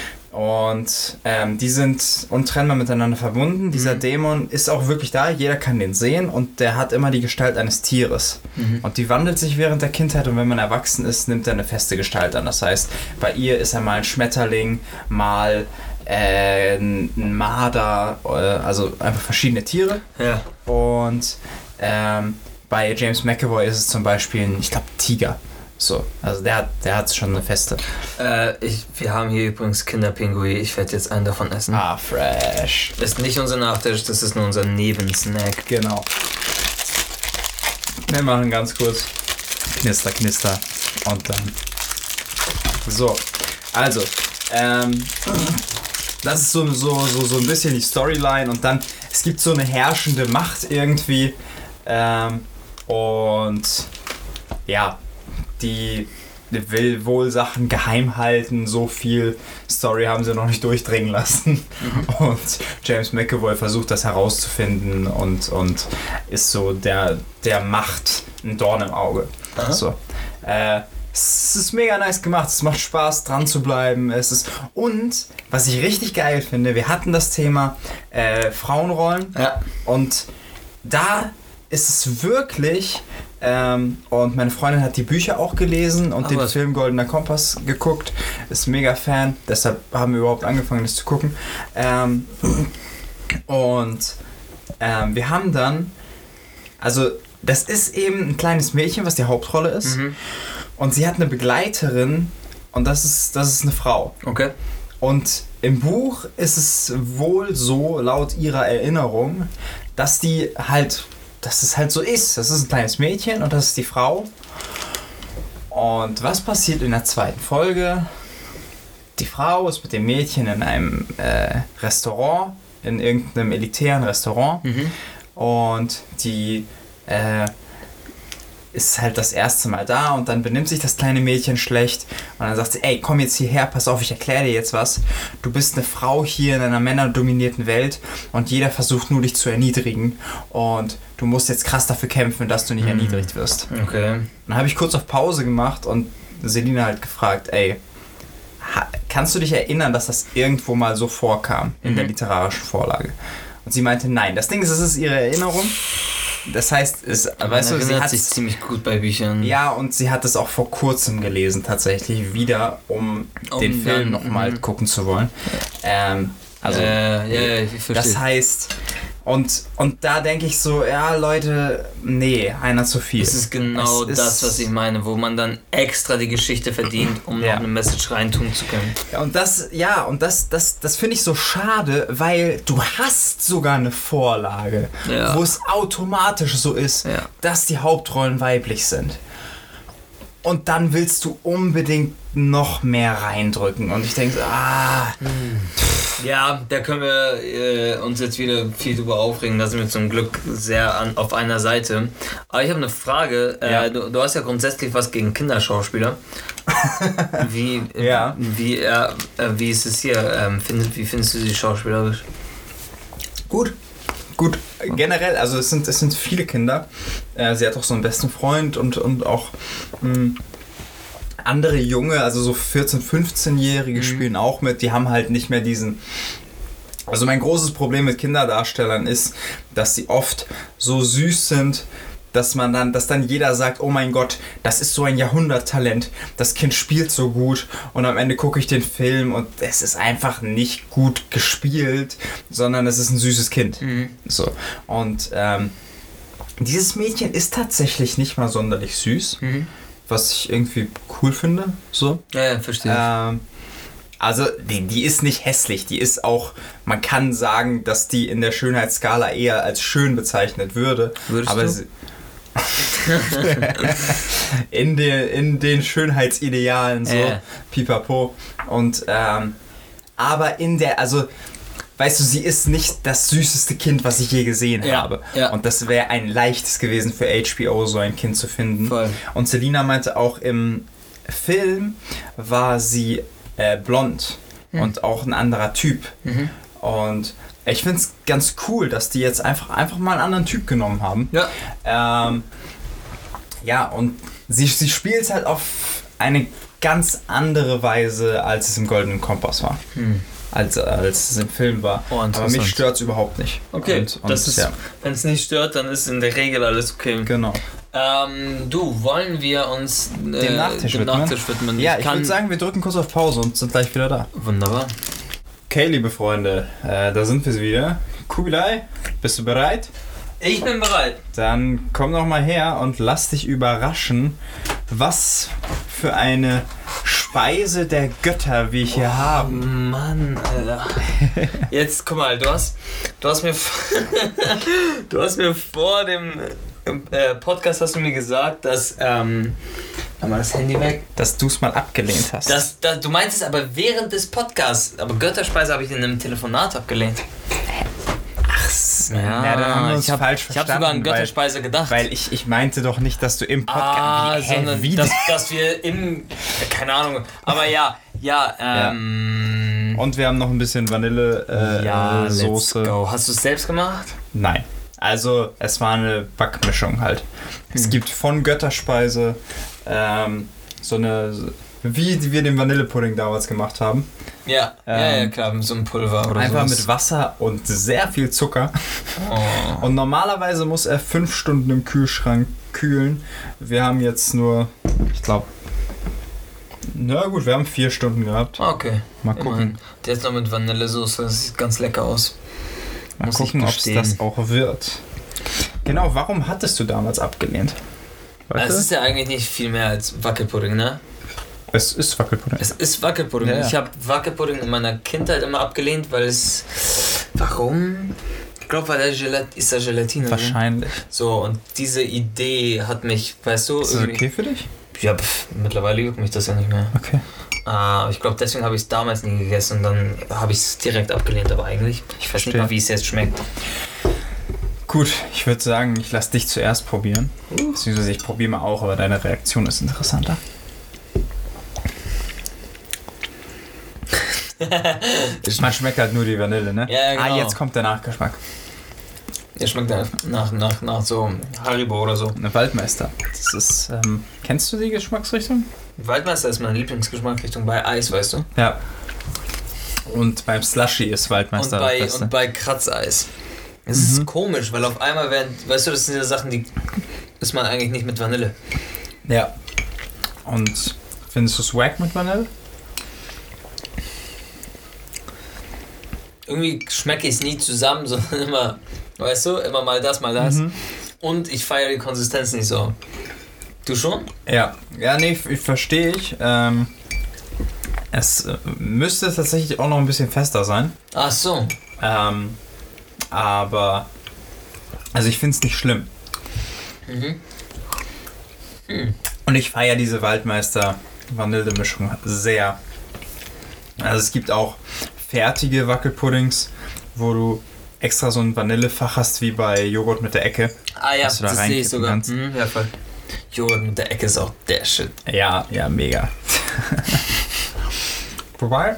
Und ähm, die sind untrennbar miteinander verbunden. Mhm. Dieser Dämon ist auch wirklich da, jeder kann den sehen und der hat immer die Gestalt eines Tieres. Mhm. Und die wandelt sich während der Kindheit und wenn man erwachsen ist, nimmt er eine feste Gestalt an. Das heißt, bei ihr ist er mal ein Schmetterling, mal Äh, ein Marder, äh, also einfach verschiedene Tiere. Ja. Und ähm, bei James McAvoy ist es zum Beispiel ein, ich glaube, Tiger. So, also der hat, der hat schon eine feste. Äh, ich, wir haben hier übrigens Kinderpingui. Ich werde jetzt einen davon essen. Ah, fresh. Das ist nicht unser Nachtisch, das ist nur unser Nebensnack. Genau. Wir machen ganz kurz Knister, Knister und dann. So, also, ähm. Das ist so, so, so, so ein bisschen die Storyline und dann, es gibt so eine herrschende Macht irgendwie ähm, und ja, die will wohl Sachen geheim halten, so viel Story haben sie noch nicht durchdringen lassen mhm. und James McAvoy versucht das herauszufinden und, und ist so der, der Macht ein Dorn im Auge. Aha. So. Äh, Es ist mega nice gemacht, es macht Spaß dran zu bleiben. Es ist und was ich richtig geil finde, wir hatten das Thema äh, Frauenrollen ja. und da ist es wirklich ähm, und meine Freundin hat die Bücher auch gelesen und Ach, den was? Film Goldener Kompass geguckt, ist mega Fan, deshalb haben wir überhaupt angefangen, das zu gucken. Ähm, und ähm, wir haben dann, also das ist eben ein kleines Mädchen, was die Hauptrolle ist. Mhm. Und sie hat eine Begleiterin und das ist, das ist eine Frau. Okay. Und im Buch ist es wohl so, laut ihrer Erinnerung, dass die halt, dass es halt so ist. Das ist ein kleines Mädchen und das ist die Frau. Und was passiert in der zweiten Folge? Die Frau ist mit dem Mädchen in einem äh, Restaurant, in irgendeinem elitären Restaurant. Mhm. Und die äh, ist halt das erste Mal da und dann benimmt sich das kleine Mädchen schlecht und dann sagt sie, ey, komm jetzt hierher, pass auf, ich erkläre dir jetzt was. Du bist eine Frau hier in einer männerdominierten Welt und jeder versucht nur dich zu erniedrigen und du musst jetzt krass dafür kämpfen, dass du nicht mhm. erniedrigt wirst. Okay. Dann habe ich kurz auf Pause gemacht und Selina halt gefragt, ey, ha- kannst du dich erinnern, dass das irgendwo mal so vorkam in mhm. der literarischen Vorlage? Und sie meinte, nein. Das Ding ist, es ist ihre Erinnerung. das heißt, es, Man weißt du, sie hat sich ziemlich gut bei Büchern. Ja, und sie hat es auch vor kurzem gelesen, tatsächlich wieder, um, um den Film nochmal gucken zu wollen. Ähm, also, äh, ja, ja, ich verstehe. Das heißt, und, und da denke ich so, ja, Leute, nee, einer zu viel. Das ist genau es das, ist, was ich meine, wo man dann extra die Geschichte verdient, um ja. noch eine Message reintun zu können. Ja, und das, ja, und das, das, das finde ich so schade, weil du hast sogar eine Vorlage, ja. wo es automatisch so ist, ja. dass die Hauptrollen weiblich sind. Und dann willst du unbedingt noch mehr reindrücken. Und ich denke so, ah. Ja, da können wir äh, uns jetzt wieder viel drüber aufregen. Da sind wir zum Glück sehr an, auf einer Seite. Aber ich habe eine Frage. Ja. Äh, du, du hast ja grundsätzlich was gegen Kinderschauspieler. Wie, ja. wie, äh, wie ist es hier? Ähm, find, wie findest du sie schauspielerisch? Gut. Gut, generell, also es sind, es sind viele Kinder. Äh, sie hat auch so einen besten Freund und, und auch mh, andere Junge, also so vierzehn-, fünfzehnjährige mhm. spielen auch mit. Die haben halt nicht mehr diesen... Also mein großes Problem mit Kinderdarstellern ist, dass sie oft so süß sind, dass man dann, dass dann jeder sagt, oh mein Gott, das ist so ein Jahrhunderttalent, das Kind spielt so gut und am Ende gucke ich den Film und es ist einfach nicht gut gespielt, sondern es ist ein süßes Kind. Mhm. So. Und ähm, dieses Mädchen ist tatsächlich nicht mal sonderlich süß, mhm. was ich irgendwie cool finde. So. Ja, ja, verstehe. Ähm, also die, die ist nicht hässlich, die ist auch, man kann sagen, dass die in der Schönheitsskala eher als schön bezeichnet würde. Würdest aber du? Sie, in, den, in den Schönheitsidealen so, äh. pipapo. Und ähm, aber in der, also weißt du, sie ist nicht das süßeste Kind, was ich je gesehen ja. habe. Ja. Und das wäre ein leichtes gewesen für H B O, so ein Kind zu finden. Voll. Und Selina meinte auch, im Film war sie äh, blond hm. und auch ein anderer Typ. Mhm. Und ich finde es ganz cool, dass die jetzt einfach, einfach mal einen anderen Typ genommen haben. Ja. Ähm, ja, und sie, sie spielt halt auf eine ganz andere Weise, als es im Goldenen Kompass war. Hm. Als, als es im Film war. Oh, aber mich stört es überhaupt nicht. Okay, und, und das ist, ja. wenn es nicht stört, dann ist in der Regel alles okay. Genau. Ähm, du, wollen wir uns äh, dem Nachtisch, dem Nachtisch widmen? Ja, ich, ich würde sagen, wir drücken kurz auf Pause und sind gleich wieder da. Wunderbar. Okay, liebe Freunde, äh, da sind wir wieder. Kubilai, bist du bereit? Ich bin bereit. Dann komm noch mal her und lass dich überraschen, was für eine Speise der Götter wir hier oh, haben. Mann, Alter. Jetzt, guck mal, du hast, du hast mir, du hast mir vor dem äh, Podcast hast du mir gesagt, dass ähm, mach mal das Handy weg. Dass du es mal abgelehnt hast. Das, das, du meinst es aber während des Podcasts. Aber Götterspeise habe ich in einem Telefonat abgelehnt. Ach, ja, ja, dann haben wir uns ich hab, falsch verstanden. Ich habe sogar an Götterspeise weil, gedacht. Weil ich, ich meinte doch nicht, dass du im Podcast... Ah, wie, sondern wie dass, dass wir im... Keine Ahnung. Aber ja, ja, ähm... Ja. Und wir haben noch ein bisschen Vanille äh, ja, Soße. Let's go. Hast du es selbst gemacht? Nein. Also, es war eine Backmischung halt. Hm. Es gibt von Götterspeise ähm, so eine, wie wir den Vanillepudding damals gemacht haben. Ja, ähm, ja, ja, klar, mit so einem Pulver oder so. Einfach sowas. mit Wasser und sehr viel Zucker. Oh. Und normalerweise muss er fünf Stunden im Kühlschrank kühlen. Wir haben jetzt nur, ich glaube, na gut, wir haben vier Stunden gehabt. Okay. Mal gucken. Immerhin. Der ist noch mit Vanillesoße, das sieht ganz lecker aus. Mal Muss gucken, ob es das auch wird. Genau, warum hattest du damals abgelehnt? Es ist ja eigentlich nicht viel mehr als Wackelpudding, ne? Es ist Wackelpudding. Es ist Wackelpudding. Ja, ja. Ich habe Wackelpudding in meiner Kindheit immer abgelehnt, weil es... Warum? Ich glaube, weil der Gelat ist ja Gelatine. Wahrscheinlich. Ne? So, und diese Idee hat mich, weißt du... Ist das okay für dich? Ja, pff, mittlerweile juckt mich das ja nicht mehr. Okay. Uh, ich glaube, deswegen habe ich es damals nie gegessen und dann habe ich es direkt abgelehnt, aber eigentlich, ich weiß nicht mal, wie es jetzt schmeckt. Gut, ich würde sagen, ich lasse dich zuerst probieren. Uh. Beziehungsweise ich probiere mal auch, aber deine Reaktion ist interessanter. Man schmeckt halt nur die Vanille, ne? Ja, genau. Ah, jetzt kommt der Nachgeschmack. Der schmeckt nach, nach, nach so Haribo oder so. Eine Waldmeister. Das ist, ähm, kennst du die Geschmacksrichtung? Waldmeister ist meine Lieblingsgeschmacksrichtung bei Eis, weißt du? Ja. Und beim Slushy ist Waldmeister und bei, das Beste. Und bei Kratzeis. Es mhm. ist komisch, weil auf einmal werden, weißt du, das sind ja Sachen, die isst man eigentlich nicht mit Vanille. Ja. Und findest du es wack mit Vanille? Irgendwie schmecke ich es nie zusammen, sondern immer, weißt du, immer mal das, mal das. Mhm. Und ich feiere die Konsistenz nicht so. Du schon? Ja, ja, nee, ich verstehe ich. Ähm, es müsste tatsächlich auch noch ein bisschen fester sein. Ach so. Ähm, aber, also ich finde es nicht schlimm. Mhm. Hm. Und ich feiere diese Waldmeister-Vanille-Mischung sehr. Also es gibt auch fertige Wackelpuddings, wo du extra so ein Vanillefach hast, wie bei Joghurt mit der Ecke. Ah ja, da das sehe ich sogar. Mhm, ja, voll. Joghurt mit der Ecke ist auch der Shit. Ja, ja, mega. Wobei,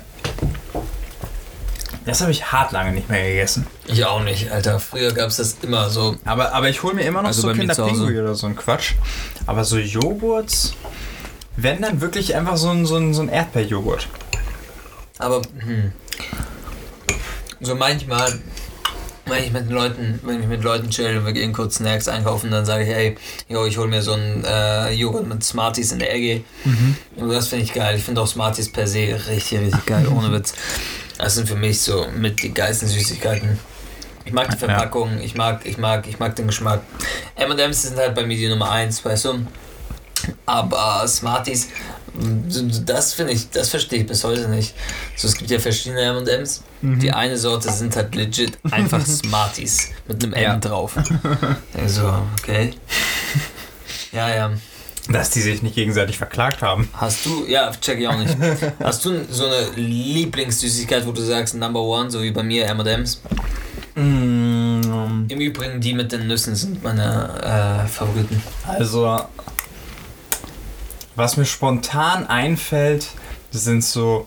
das habe ich hart lange nicht mehr gegessen. Ich auch nicht, Alter. Früher gab es das immer so. Aber, aber ich hole mir immer noch also so Kinderpingui oder so ein Quatsch. Aber so Joghurt, wenn dann wirklich einfach so ein, so ein, so ein Erdbeerjoghurt. Aber, hm. So manchmal, wenn ich mit Leuten, wenn ich mit Leuten chill und wir gehen kurz Snacks einkaufen, dann sage ich, hey, yo, ich hole mir so einen äh, Joghurt mit Smarties in der Egge. Mhm. Und das finde ich geil. Ich finde auch Smarties per se richtig, richtig geil, ohne Witz. Das sind für mich so mit die geilsten Süßigkeiten. Ich mag die Verpackung, ja. ich mag, ich mag, ich mag den Geschmack. M und M's sind halt bei mir die Nummer eins, weißt du? Aber Smarties, das finde ich, das verstehe ich bis heute nicht. So, es gibt ja verschiedene M und M's. Mhm. Die eine Sorte sind halt legit einfach Smarties mit einem M ja. drauf. So, okay. Ja, ja. Dass die sich nicht gegenseitig verklagt haben. Hast du, ja, check ich auch nicht. Hast du so eine Lieblingssüßigkeit, wo du sagst Number One, so wie bei mir M und M's? Mm. Im Übrigen, die mit den Nüssen sind meine äh, Favoriten. Also, was mir spontan einfällt, sind so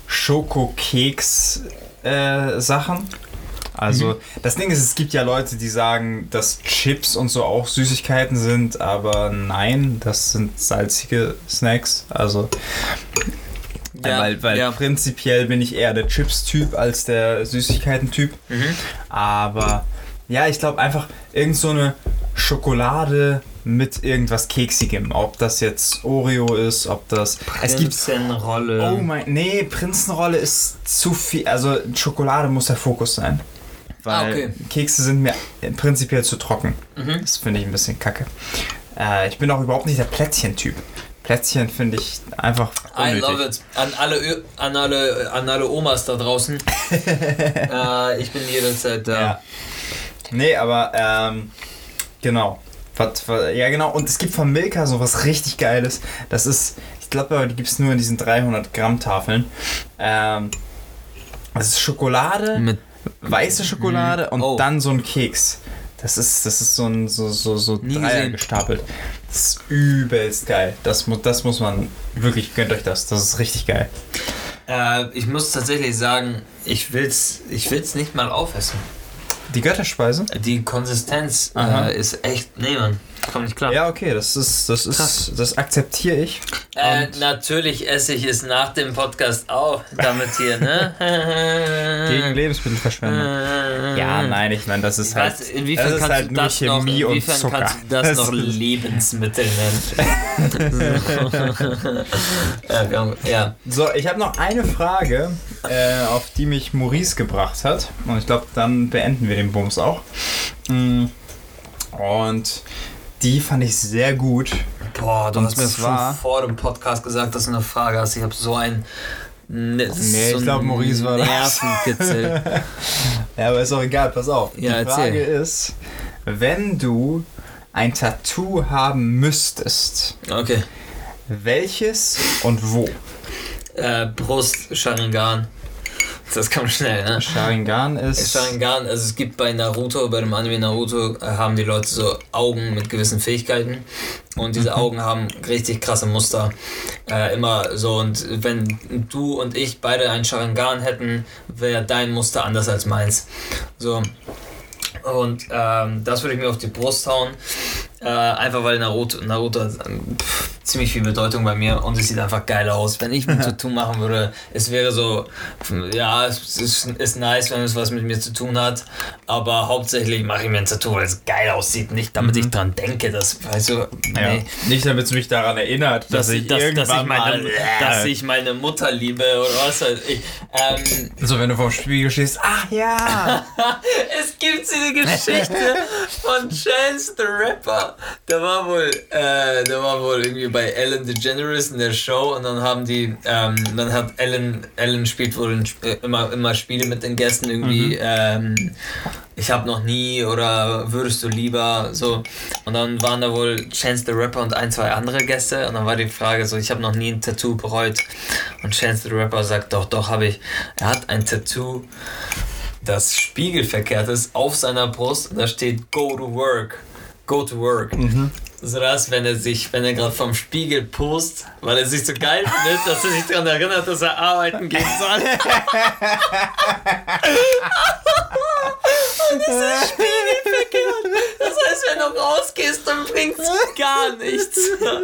Schokokeks-Sachen. Also, mhm. das Ding ist, es gibt ja Leute, die sagen, dass Chips und so auch Süßigkeiten sind, aber nein, das sind salzige Snacks. Also, ja, weil, weil ja. prinzipiell bin ich eher der Chips-Typ als der Süßigkeiten-Typ. Mhm. Aber ja, ich glaube einfach irgend so eine Schokolade mit irgendwas Keksigem. Ob das jetzt Oreo ist, ob das... Prinzenrolle. Oh mein... Nee, Prinzenrolle ist zu viel... Also Schokolade muss der Fokus sein. Weil ah, okay. Kekse sind mir prinzipiell zu trocken. Mhm. Das finde ich ein bisschen kacke. Äh, ich bin auch überhaupt nicht der Plätzchen-Typ. Plätzchen finde ich einfach unnötig. I love it. An alle, an alle, an alle Omas da draußen. äh, ich bin jederzeit da. Ja. Nee, aber ähm, genau. Was, was, ja genau. Und es gibt von Milka so was richtig Geiles. Das ist, ich glaube, die gibt es nur in diesen dreihundert Gramm Tafeln. Ähm, das ist Schokolade, mit weiße Schokolade und oh. dann so ein Keks. Das ist, das ist so ein so, so, so Dreier gestapelt. Das ist übelst geil. Das, das muss man wirklich, gönnt euch das. Das ist richtig geil. Äh, ich muss tatsächlich sagen, ich will's, ich will's nicht mal aufessen. Die Götterspeise? Die Konsistenz äh, ist echt, nee Mann, komm nicht klar. Ja, okay, das ist, das ist, das akzeptiere ich. Äh, natürlich esse ich es nach dem Podcast auch, damit hier, ne? Gegen Lebensmittelverschwendung. Ja, nein, ich meine, das ist halt, Was, inwiefern das ist kannst halt du nur das Chemie noch, und Zucker. Kannst du das, das noch Lebensmittel nennen? ja, wir haben, ja. So, ich habe noch eine Frage, äh, auf die mich Maurice gebracht hat. Und ich glaube, dann beenden wir den Bums auch. Und die fand ich sehr gut. Boah, du und hast mir schon vor dem Podcast gesagt, dass du eine Frage hast. Ich habe so ein... Nee, nee so ich glaube, Maurice war Nervenkitzel. Ja, aber ist auch egal, pass auf. Ja, die Frage ist, wenn du ein Tattoo haben müsstest, okay. welches und wo? Äh, Brust, Sharingan. Das kam schnell, ne? Sharingan ist... Sharingan, also es gibt bei Naruto, bei dem Anime Naruto, äh, haben die Leute so Augen mit gewissen Fähigkeiten. Und diese Augen haben richtig krasse Muster. Äh, immer so, und wenn du und ich beide ein Sharingan hätten, wäre dein Muster anders als meins. So. Und ähm, das würde ich mir auf die Brust hauen. Äh, einfach weil Naruto, Naruto pff, ziemlich viel Bedeutung bei mir und es sieht einfach geil aus. Wenn ich ein Tattoo machen würde, es wäre so, ja, es ist, ist nice, wenn es was mit mir zu tun hat, aber hauptsächlich mache ich mir ein Tattoo, weil es geil aussieht, nicht damit mhm. ich dran denke, dass, weißt du, nee. Ja. Nicht damit es mich daran erinnert, dass, dass ich dass, irgendwann dass ich meine, mal, dass ich meine Mutter liebe oder was weiß ich. Ähm, so, wenn du vorm Spiegel stehst, ach ja! Es gibt diese Geschichte von Chance the Rapper. Der war wohl, äh, der war wohl irgendwie bei Ellen DeGeneres in der Show und dann haben die, ähm, dann hat Ellen, Ellen spielt wohl immer, immer Spiele mit den Gästen irgendwie, mhm. ähm, ich hab noch nie oder würdest du lieber, so. Und dann waren da wohl Chance the Rapper und ein, zwei andere Gäste und dann war die Frage so, ich habe noch nie ein Tattoo bereut. Und Chance the Rapper sagt, doch, doch, habe ich. Er hat ein Tattoo, das spiegelverkehrt ist, auf seiner Brust und da steht Go to Work. Go to Work. Mhm. So dass, wenn er sich, wenn er gerade vom Spiegel post, weil er sich so geil findet, dass er sich daran erinnert, dass er arbeiten gehen soll. Und es ist spiegelverkehrt. Das heißt, wenn du rausgehst, dann bringt's gar nichts.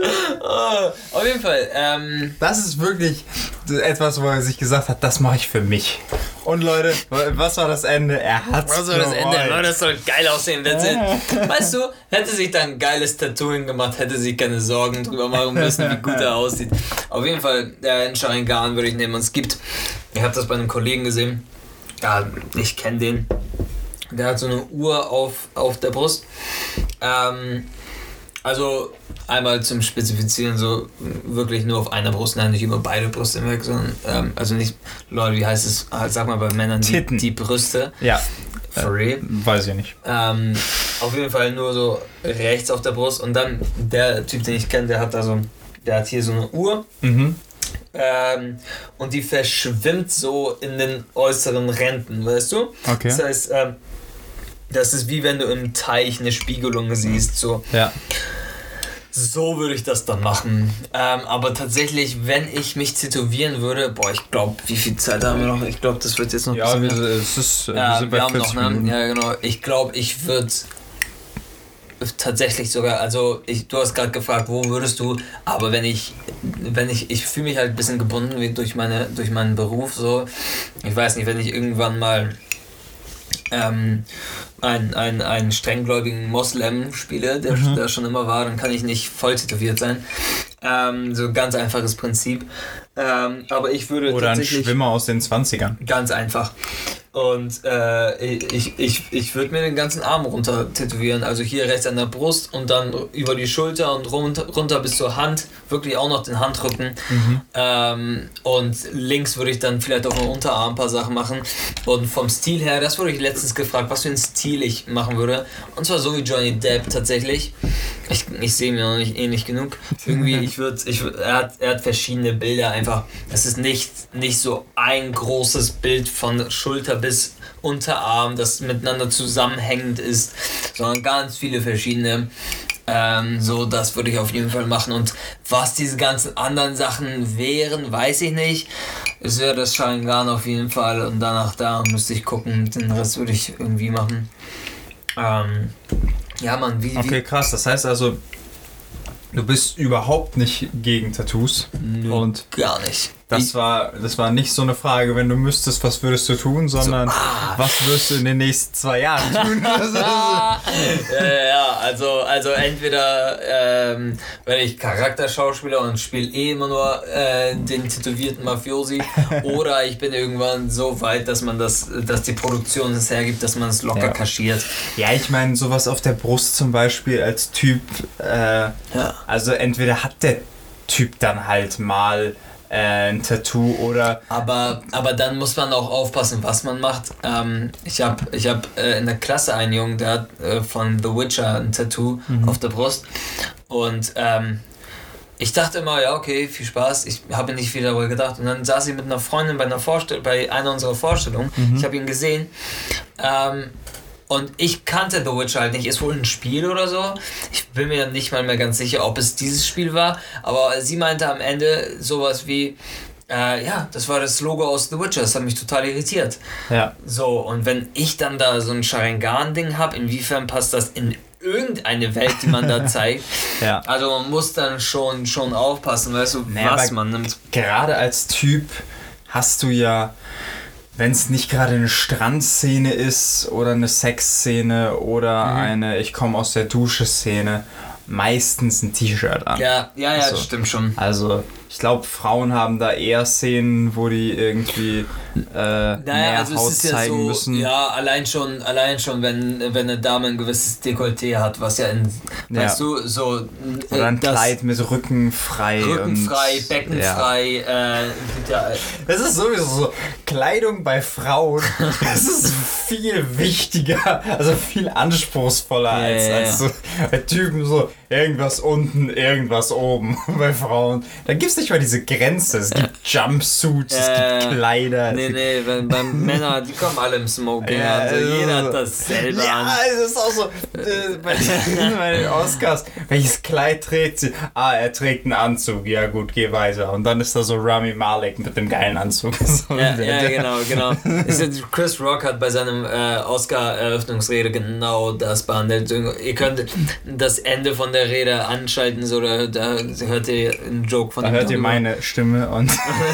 Oh, auf jeden Fall. Ähm, das ist wirklich etwas, wo er sich gesagt hat, das mache ich für mich. Und Leute, was war das Ende? Er hat's Was war das Ende? Leute, das soll geil aussehen. Weißt du, hätte sich da ein geiles Tattoo hingemacht, hätte sich keine Sorgen drüber machen müssen, wie gut er aussieht. Auf jeden Fall, äh, einen Sharingan würde ich nehmen. Und es gibt, ich habe das bei einem Kollegen gesehen, ja, ich kenne den, der hat so eine Uhr auf, auf der Brust. Ähm, also einmal zum Spezifizieren, so wirklich nur auf einer Brust, nein, nicht über beide Brüste hinweg, sondern, ähm, also nicht, Leute, wie heißt es, sag mal bei Männern, die, die Brüste. Ja. For real? Weiß ich nicht. Ähm, auf jeden Fall nur so rechts auf der Brust und dann der Typ, den ich kenne, der hat da so, der hat hier so eine Uhr. Mhm. Ähm, und die verschwimmt so in den äußeren Rändern, weißt du? Okay. Das heißt, ähm, das ist wie wenn du im Teich eine Spiegelung siehst, so. Ja. So würde ich das dann machen. Ähm, aber tatsächlich, wenn ich mich tätowieren würde, boah, ich glaube, wie viel Zeit haben wir noch? Ich glaube, das wird jetzt noch ja, ein bisschen wir, es ist, wir ja, sind bei wir haben vierzig noch, ne? Minuten. Ja, genau. Ich glaube, ich würde tatsächlich sogar, also ich, du hast gerade gefragt, wo würdest du, aber wenn ich, wenn ich, ich fühle mich halt ein bisschen gebunden wie durch meine, durch meinen Beruf, so. Ich weiß nicht, wenn ich irgendwann mal ähm, einen, einen, einen strenggläubigen Moslem spiele, der, mhm. der schon immer war, dann kann ich nicht voll tätowiert sein. Ähm, so ganz einfaches Prinzip. Ähm, aber ich würde Oder tatsächlich... ein Schwimmer aus den zwanzigern. Ganz einfach. Und äh, ich, ich, ich würde mir den ganzen Arm runter tätowieren. Also hier rechts an der Brust und dann über die Schulter und runter, runter bis zur Hand. Wirklich auch noch den Handrücken. Mhm. Ähm, und links würde ich dann vielleicht auf dem Unterarm ein paar Sachen machen. Und vom Stil her, das wurde ich letztens gefragt, was für einen Stil ich machen würde. Und zwar so wie Johnny Depp tatsächlich. Ich, ich sehe mir noch nicht ähnlich genug. Irgendwie, ich würde, ich, er, hat, er hat verschiedene Bilder einfach. Es ist nicht, nicht so ein großes Bild von Schulter bis Unterarm, das miteinander zusammenhängend ist, sondern ganz viele verschiedene. Ähm, so, das würde ich auf jeden Fall machen. Und was diese ganzen anderen Sachen wären, weiß ich nicht. Es wäre das Sharingan auf jeden Fall und danach da müsste ich gucken. Den Rest würde ich irgendwie machen. Ähm, ja, Mann, wie, wie... Okay, krass. Das heißt also, du bist überhaupt nicht gegen Tattoos. Nö, und gar nicht. Das ich, war, das war nicht so eine Frage, wenn du müsstest, was würdest du tun, sondern so, ah, was wirst du in den nächsten zwei Jahren tun? ja, ja, also, also entweder ähm, werde ich Charakterschauspieler und spiele eh immer nur äh, den tätowierten Mafiosi oder ich bin irgendwann so weit, dass man das, dass die Produktion es hergibt, dass man es locker ja. kaschiert. Ja, ich meine, sowas auf der Brust zum Beispiel als Typ, äh, ja. also entweder hat der Typ dann halt mal äh, ein Tattoo oder... Aber, aber dann muss man auch aufpassen, was man macht. Ähm, ich habe ich hab, äh, in der Klasse einen Jungen, der hat äh, von The Witcher ein Tattoo mhm. auf der Brust und ähm, ich dachte immer, ja okay, viel Spaß, ich habe nicht viel darüber gedacht und dann saß ich mit einer Freundin bei einer, Vorstell- bei einer unserer Vorstellungen, mhm. ich habe ihn gesehen, ähm, und ich kannte The Witcher halt nicht. Ist wohl ein Spiel oder so. Ich bin mir nicht mal mehr ganz sicher, ob es dieses Spiel war. Aber sie meinte am Ende sowas wie, äh, ja, das war das Logo aus The Witcher. Das hat mich total irritiert. Ja. So, und wenn ich dann da so ein Sharingan-Ding habe, inwiefern passt das in irgendeine Welt, die man da zeigt. Ja. Also man muss dann schon, schon aufpassen, weißt du, Naja, was aber man nimmt. Gerade als Typ hast du ja, wenn es nicht gerade eine Strandszene ist oder eine Sexszene oder Mhm. eine Ich komme aus der Dusche-Szene, meistens ein T-Shirt an. Ja, ja, ja, So. das stimmt schon. Also, ich glaube, Frauen haben da eher Szenen, wo die irgendwie äh, Naja, mehr also Haut es ist ja zeigen so, müssen. ja, allein schon, allein schon, wenn, wenn eine Dame ein gewisses Dekolleté hat, was ja in, Ja. weißt du, so äh, Oder ein das Kleid mit Rücken frei. Rückenfrei, und, Beckenfrei, äh, ja, Das ist sowieso so, Kleidung bei Frauen, das ist viel wichtiger, also viel anspruchsvoller Ja, als, ja, als so bei Typen so irgendwas unten, irgendwas oben. Bei Frauen, da gibt es nicht mal diese Grenze. Es gibt Jumpsuits, es Äh, gibt Kleider. es nee, gibt, nee, wenn, beim Männer, die kommen alle im Smoking Ja, an, so, also jeder so- hat dasselbe ja, an. es ist auch so, äh, bei, den, bei den Oscars, welches Kleid trägt sie? Ah, er trägt einen Anzug, ja gut, geh weiter. Und dann ist da so Rami Malek mit dem geilen Anzug. So, Ja, der- ja, der- genau, genau. Ist ja- Chris Rock hat bei seinem äh, Oscar-Eröffnungsrede genau das behandelt. Ihr könnt das Ende von der Rede anschalten, so, da, da hört ihr einen Joke von Da dem hört ihr darüber. meine Stimme und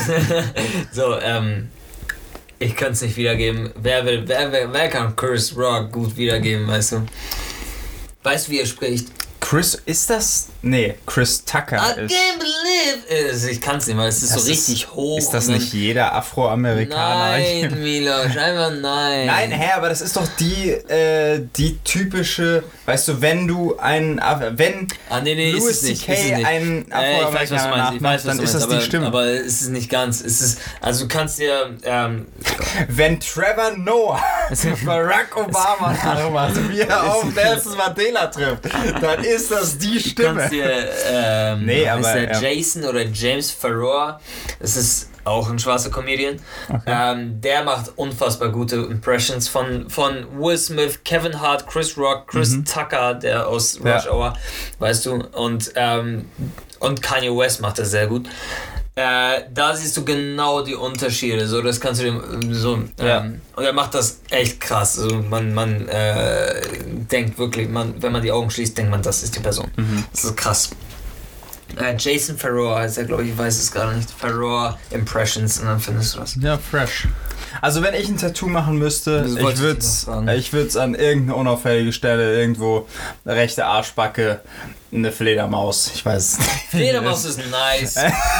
So, ähm, ich kann es nicht wiedergeben. Wer, will, wer, wer, wer kann Chris Rock gut wiedergeben, weißt du? Weißt du, wie er spricht? Chris, ist das? Nee, Chris Tucker I ist. can't believe it. Ich kann es nicht, weil es ist Das so richtig hoch. Ist das und dann- nicht jeder Afroamerikaner? Nein, Milos, einfach nein. Nein, hä, aber das ist doch die, äh, die typische, weißt du, wenn du einen, Af- wenn Ah, nee, nee, ist Louis es nicht. C K ist es nicht. einen Äh, ich weiß, was du Afroamerikaner meinst. Ich weiß, nachmacht, was dann du ist meinst, das die aber, Stimme. aber es ist nicht ganz. Es ist, also du kannst dir, ähm, Wenn Trevor Noah Barack Obama nachmacht, wie er auf Nelson Mandela trifft, dann ist das die du Stimme. kannst dir, ähm, Nee, wie heißt aber, der ja. Jason oder James Farrow, das ist auch ein schwarzer Comedian, ähm, der macht unfassbar gute Impressions von, von Will Smith, Kevin Hart, Chris Rock, Chris Tucker, der aus Ja. Rush Hour, weißt du, und, ähm, und Kanye West macht das sehr gut. Äh, da siehst du genau die Unterschiede. So, das kannst du dem so. Ähm, Ja. Und er macht das echt krass. Also man, man äh, denkt wirklich, man, wenn man die Augen schließt, denkt man, das ist die Person. Das ist krass. Äh, Jason Farrow heißt er, glaube ich, ich weiß es gerade nicht. Farrow Impressions und dann findest du das. Ja, fresh. Also wenn ich ein Tattoo machen müsste, Das ich wollte ich würde noch es fragen. ich würd's an irgendeine unauffällige Stelle, irgendwo rechte Arschbacke, eine Fledermaus, ich weiß es nicht. Fledermaus ist nice.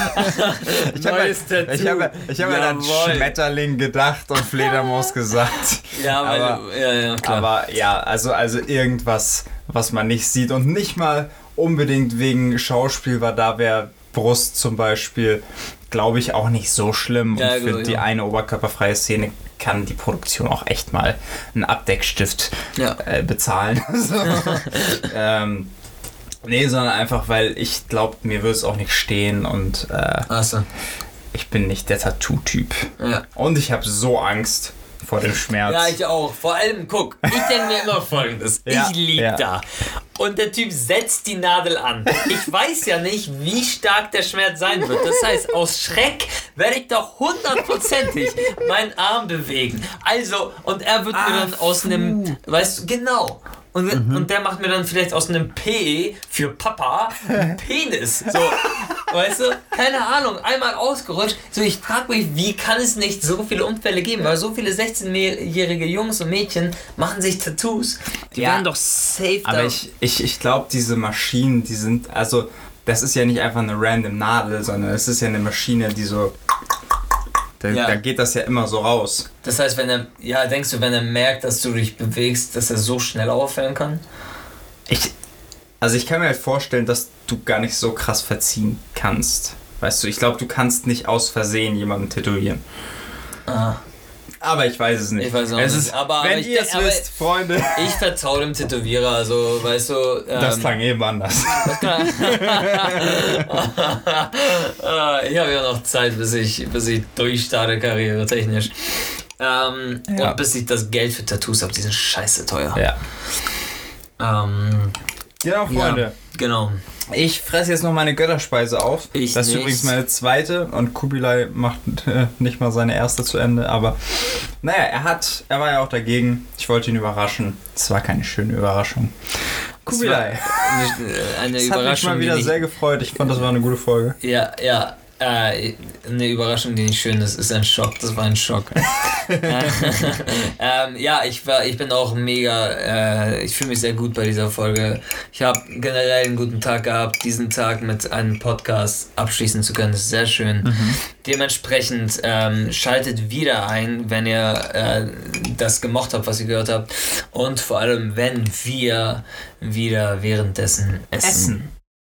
Ich habe Neues Tattoo. ich hab, ich hab an Jawohl. Schmetterling gedacht und Fledermaus gesagt. Ja, weil aber, du, ja, ja, klar. aber ja, also, also irgendwas, was man nicht sieht und nicht mal unbedingt wegen Schauspiel, weil da wäre Brust zum Beispiel, glaube ich, auch nicht so schlimm. Ja, und für gut, die ja. eine oberkörperfreie Szene kann die Produktion auch echt mal einen Abdeckstift Ja. äh, bezahlen. so. ähm, nee, sondern einfach, weil ich glaube, mir würde es auch nicht stehen und äh, Achso. ich bin nicht der Tattoo-Typ. Ja. Und ich habe so Angst vor dem Schmerz. Ja, ich auch. Vor allem, guck, ich denke mir immer Folgendes. Ja, ich lieg ja. da. Und der Typ setzt die Nadel an. Ich weiß ja nicht, wie stark der Schmerz sein wird. Das heißt, aus Schreck werde ich doch hundertprozentig meinen Arm bewegen. Also, und er wird mir Ah, dann aus einem, weißt du, genau. Und, und der macht mir dann vielleicht aus einem P für Papa einen Penis. So, weißt du? Keine Ahnung, einmal ausgerutscht. So, ich frage mich, wie kann es nicht so viele Unfälle geben? Weil so viele sechzehnjährige Jungs und Mädchen machen sich Tattoos. Die Ja, werden doch safe Aber da. ich, ich, ich glaube, diese Maschinen, die sind, also, das ist ja nicht einfach eine random Nadel, sondern es ist ja eine Maschine, die so, da, Ja. da geht das ja immer so raus. Das heißt, wenn er, ja, denkst du, wenn er merkt, dass du dich bewegst, dass er so schnell auffallen kann? Ich, also ich kann mir halt vorstellen, dass du gar nicht so krass verziehen kannst. Weißt du, ich glaube, du kannst nicht aus Versehen jemanden tätowieren. Ah. Aber ich weiß es nicht. Ich weiß auch es nicht. Ist, Aber- wenn aber ich ihr es denk- aber- wisst, Freunde, Ich vertraue dem Tätowierer, also, weißt du... Ähm, das klang eben anders. Ah, ich habe ja noch Zeit, bis ich, bis ich durchstarte, karrieretechnisch. Ähm, Ja. Und bis ich das Geld für Tattoos habe, die sind scheiße teuer. Ja. Ähm, Genau, Freunde. Ja, genau. Ich fresse jetzt noch meine Götterspeise auf. Ich das ist nicht. übrigens meine zweite und Kubilai macht äh, nicht mal seine erste zu Ende, aber naja, er hat, er war ja auch dagegen. Ich wollte ihn überraschen. Es war keine schöne Überraschung. Kubilai. Eine das Überraschung. hat mich mal wieder ich, sehr gefreut. Ich fand, das war eine gute Folge. Ja, ja. Äh, eine Überraschung, die nicht schön ist, ist ein Schock. Das war ein Schock. ähm, ja, ich war, ich bin auch mega, äh, ich fühle mich sehr gut bei dieser Folge. Ich habe generell einen guten Tag gehabt. Diesen Tag mit einem Podcast abschließen zu können, ist sehr schön. Mhm. Dementsprechend ähm, schaltet wieder ein, wenn ihr äh, das gemocht habt, was ihr gehört habt. Und vor allem, wenn wir wieder währenddessen essen. essen.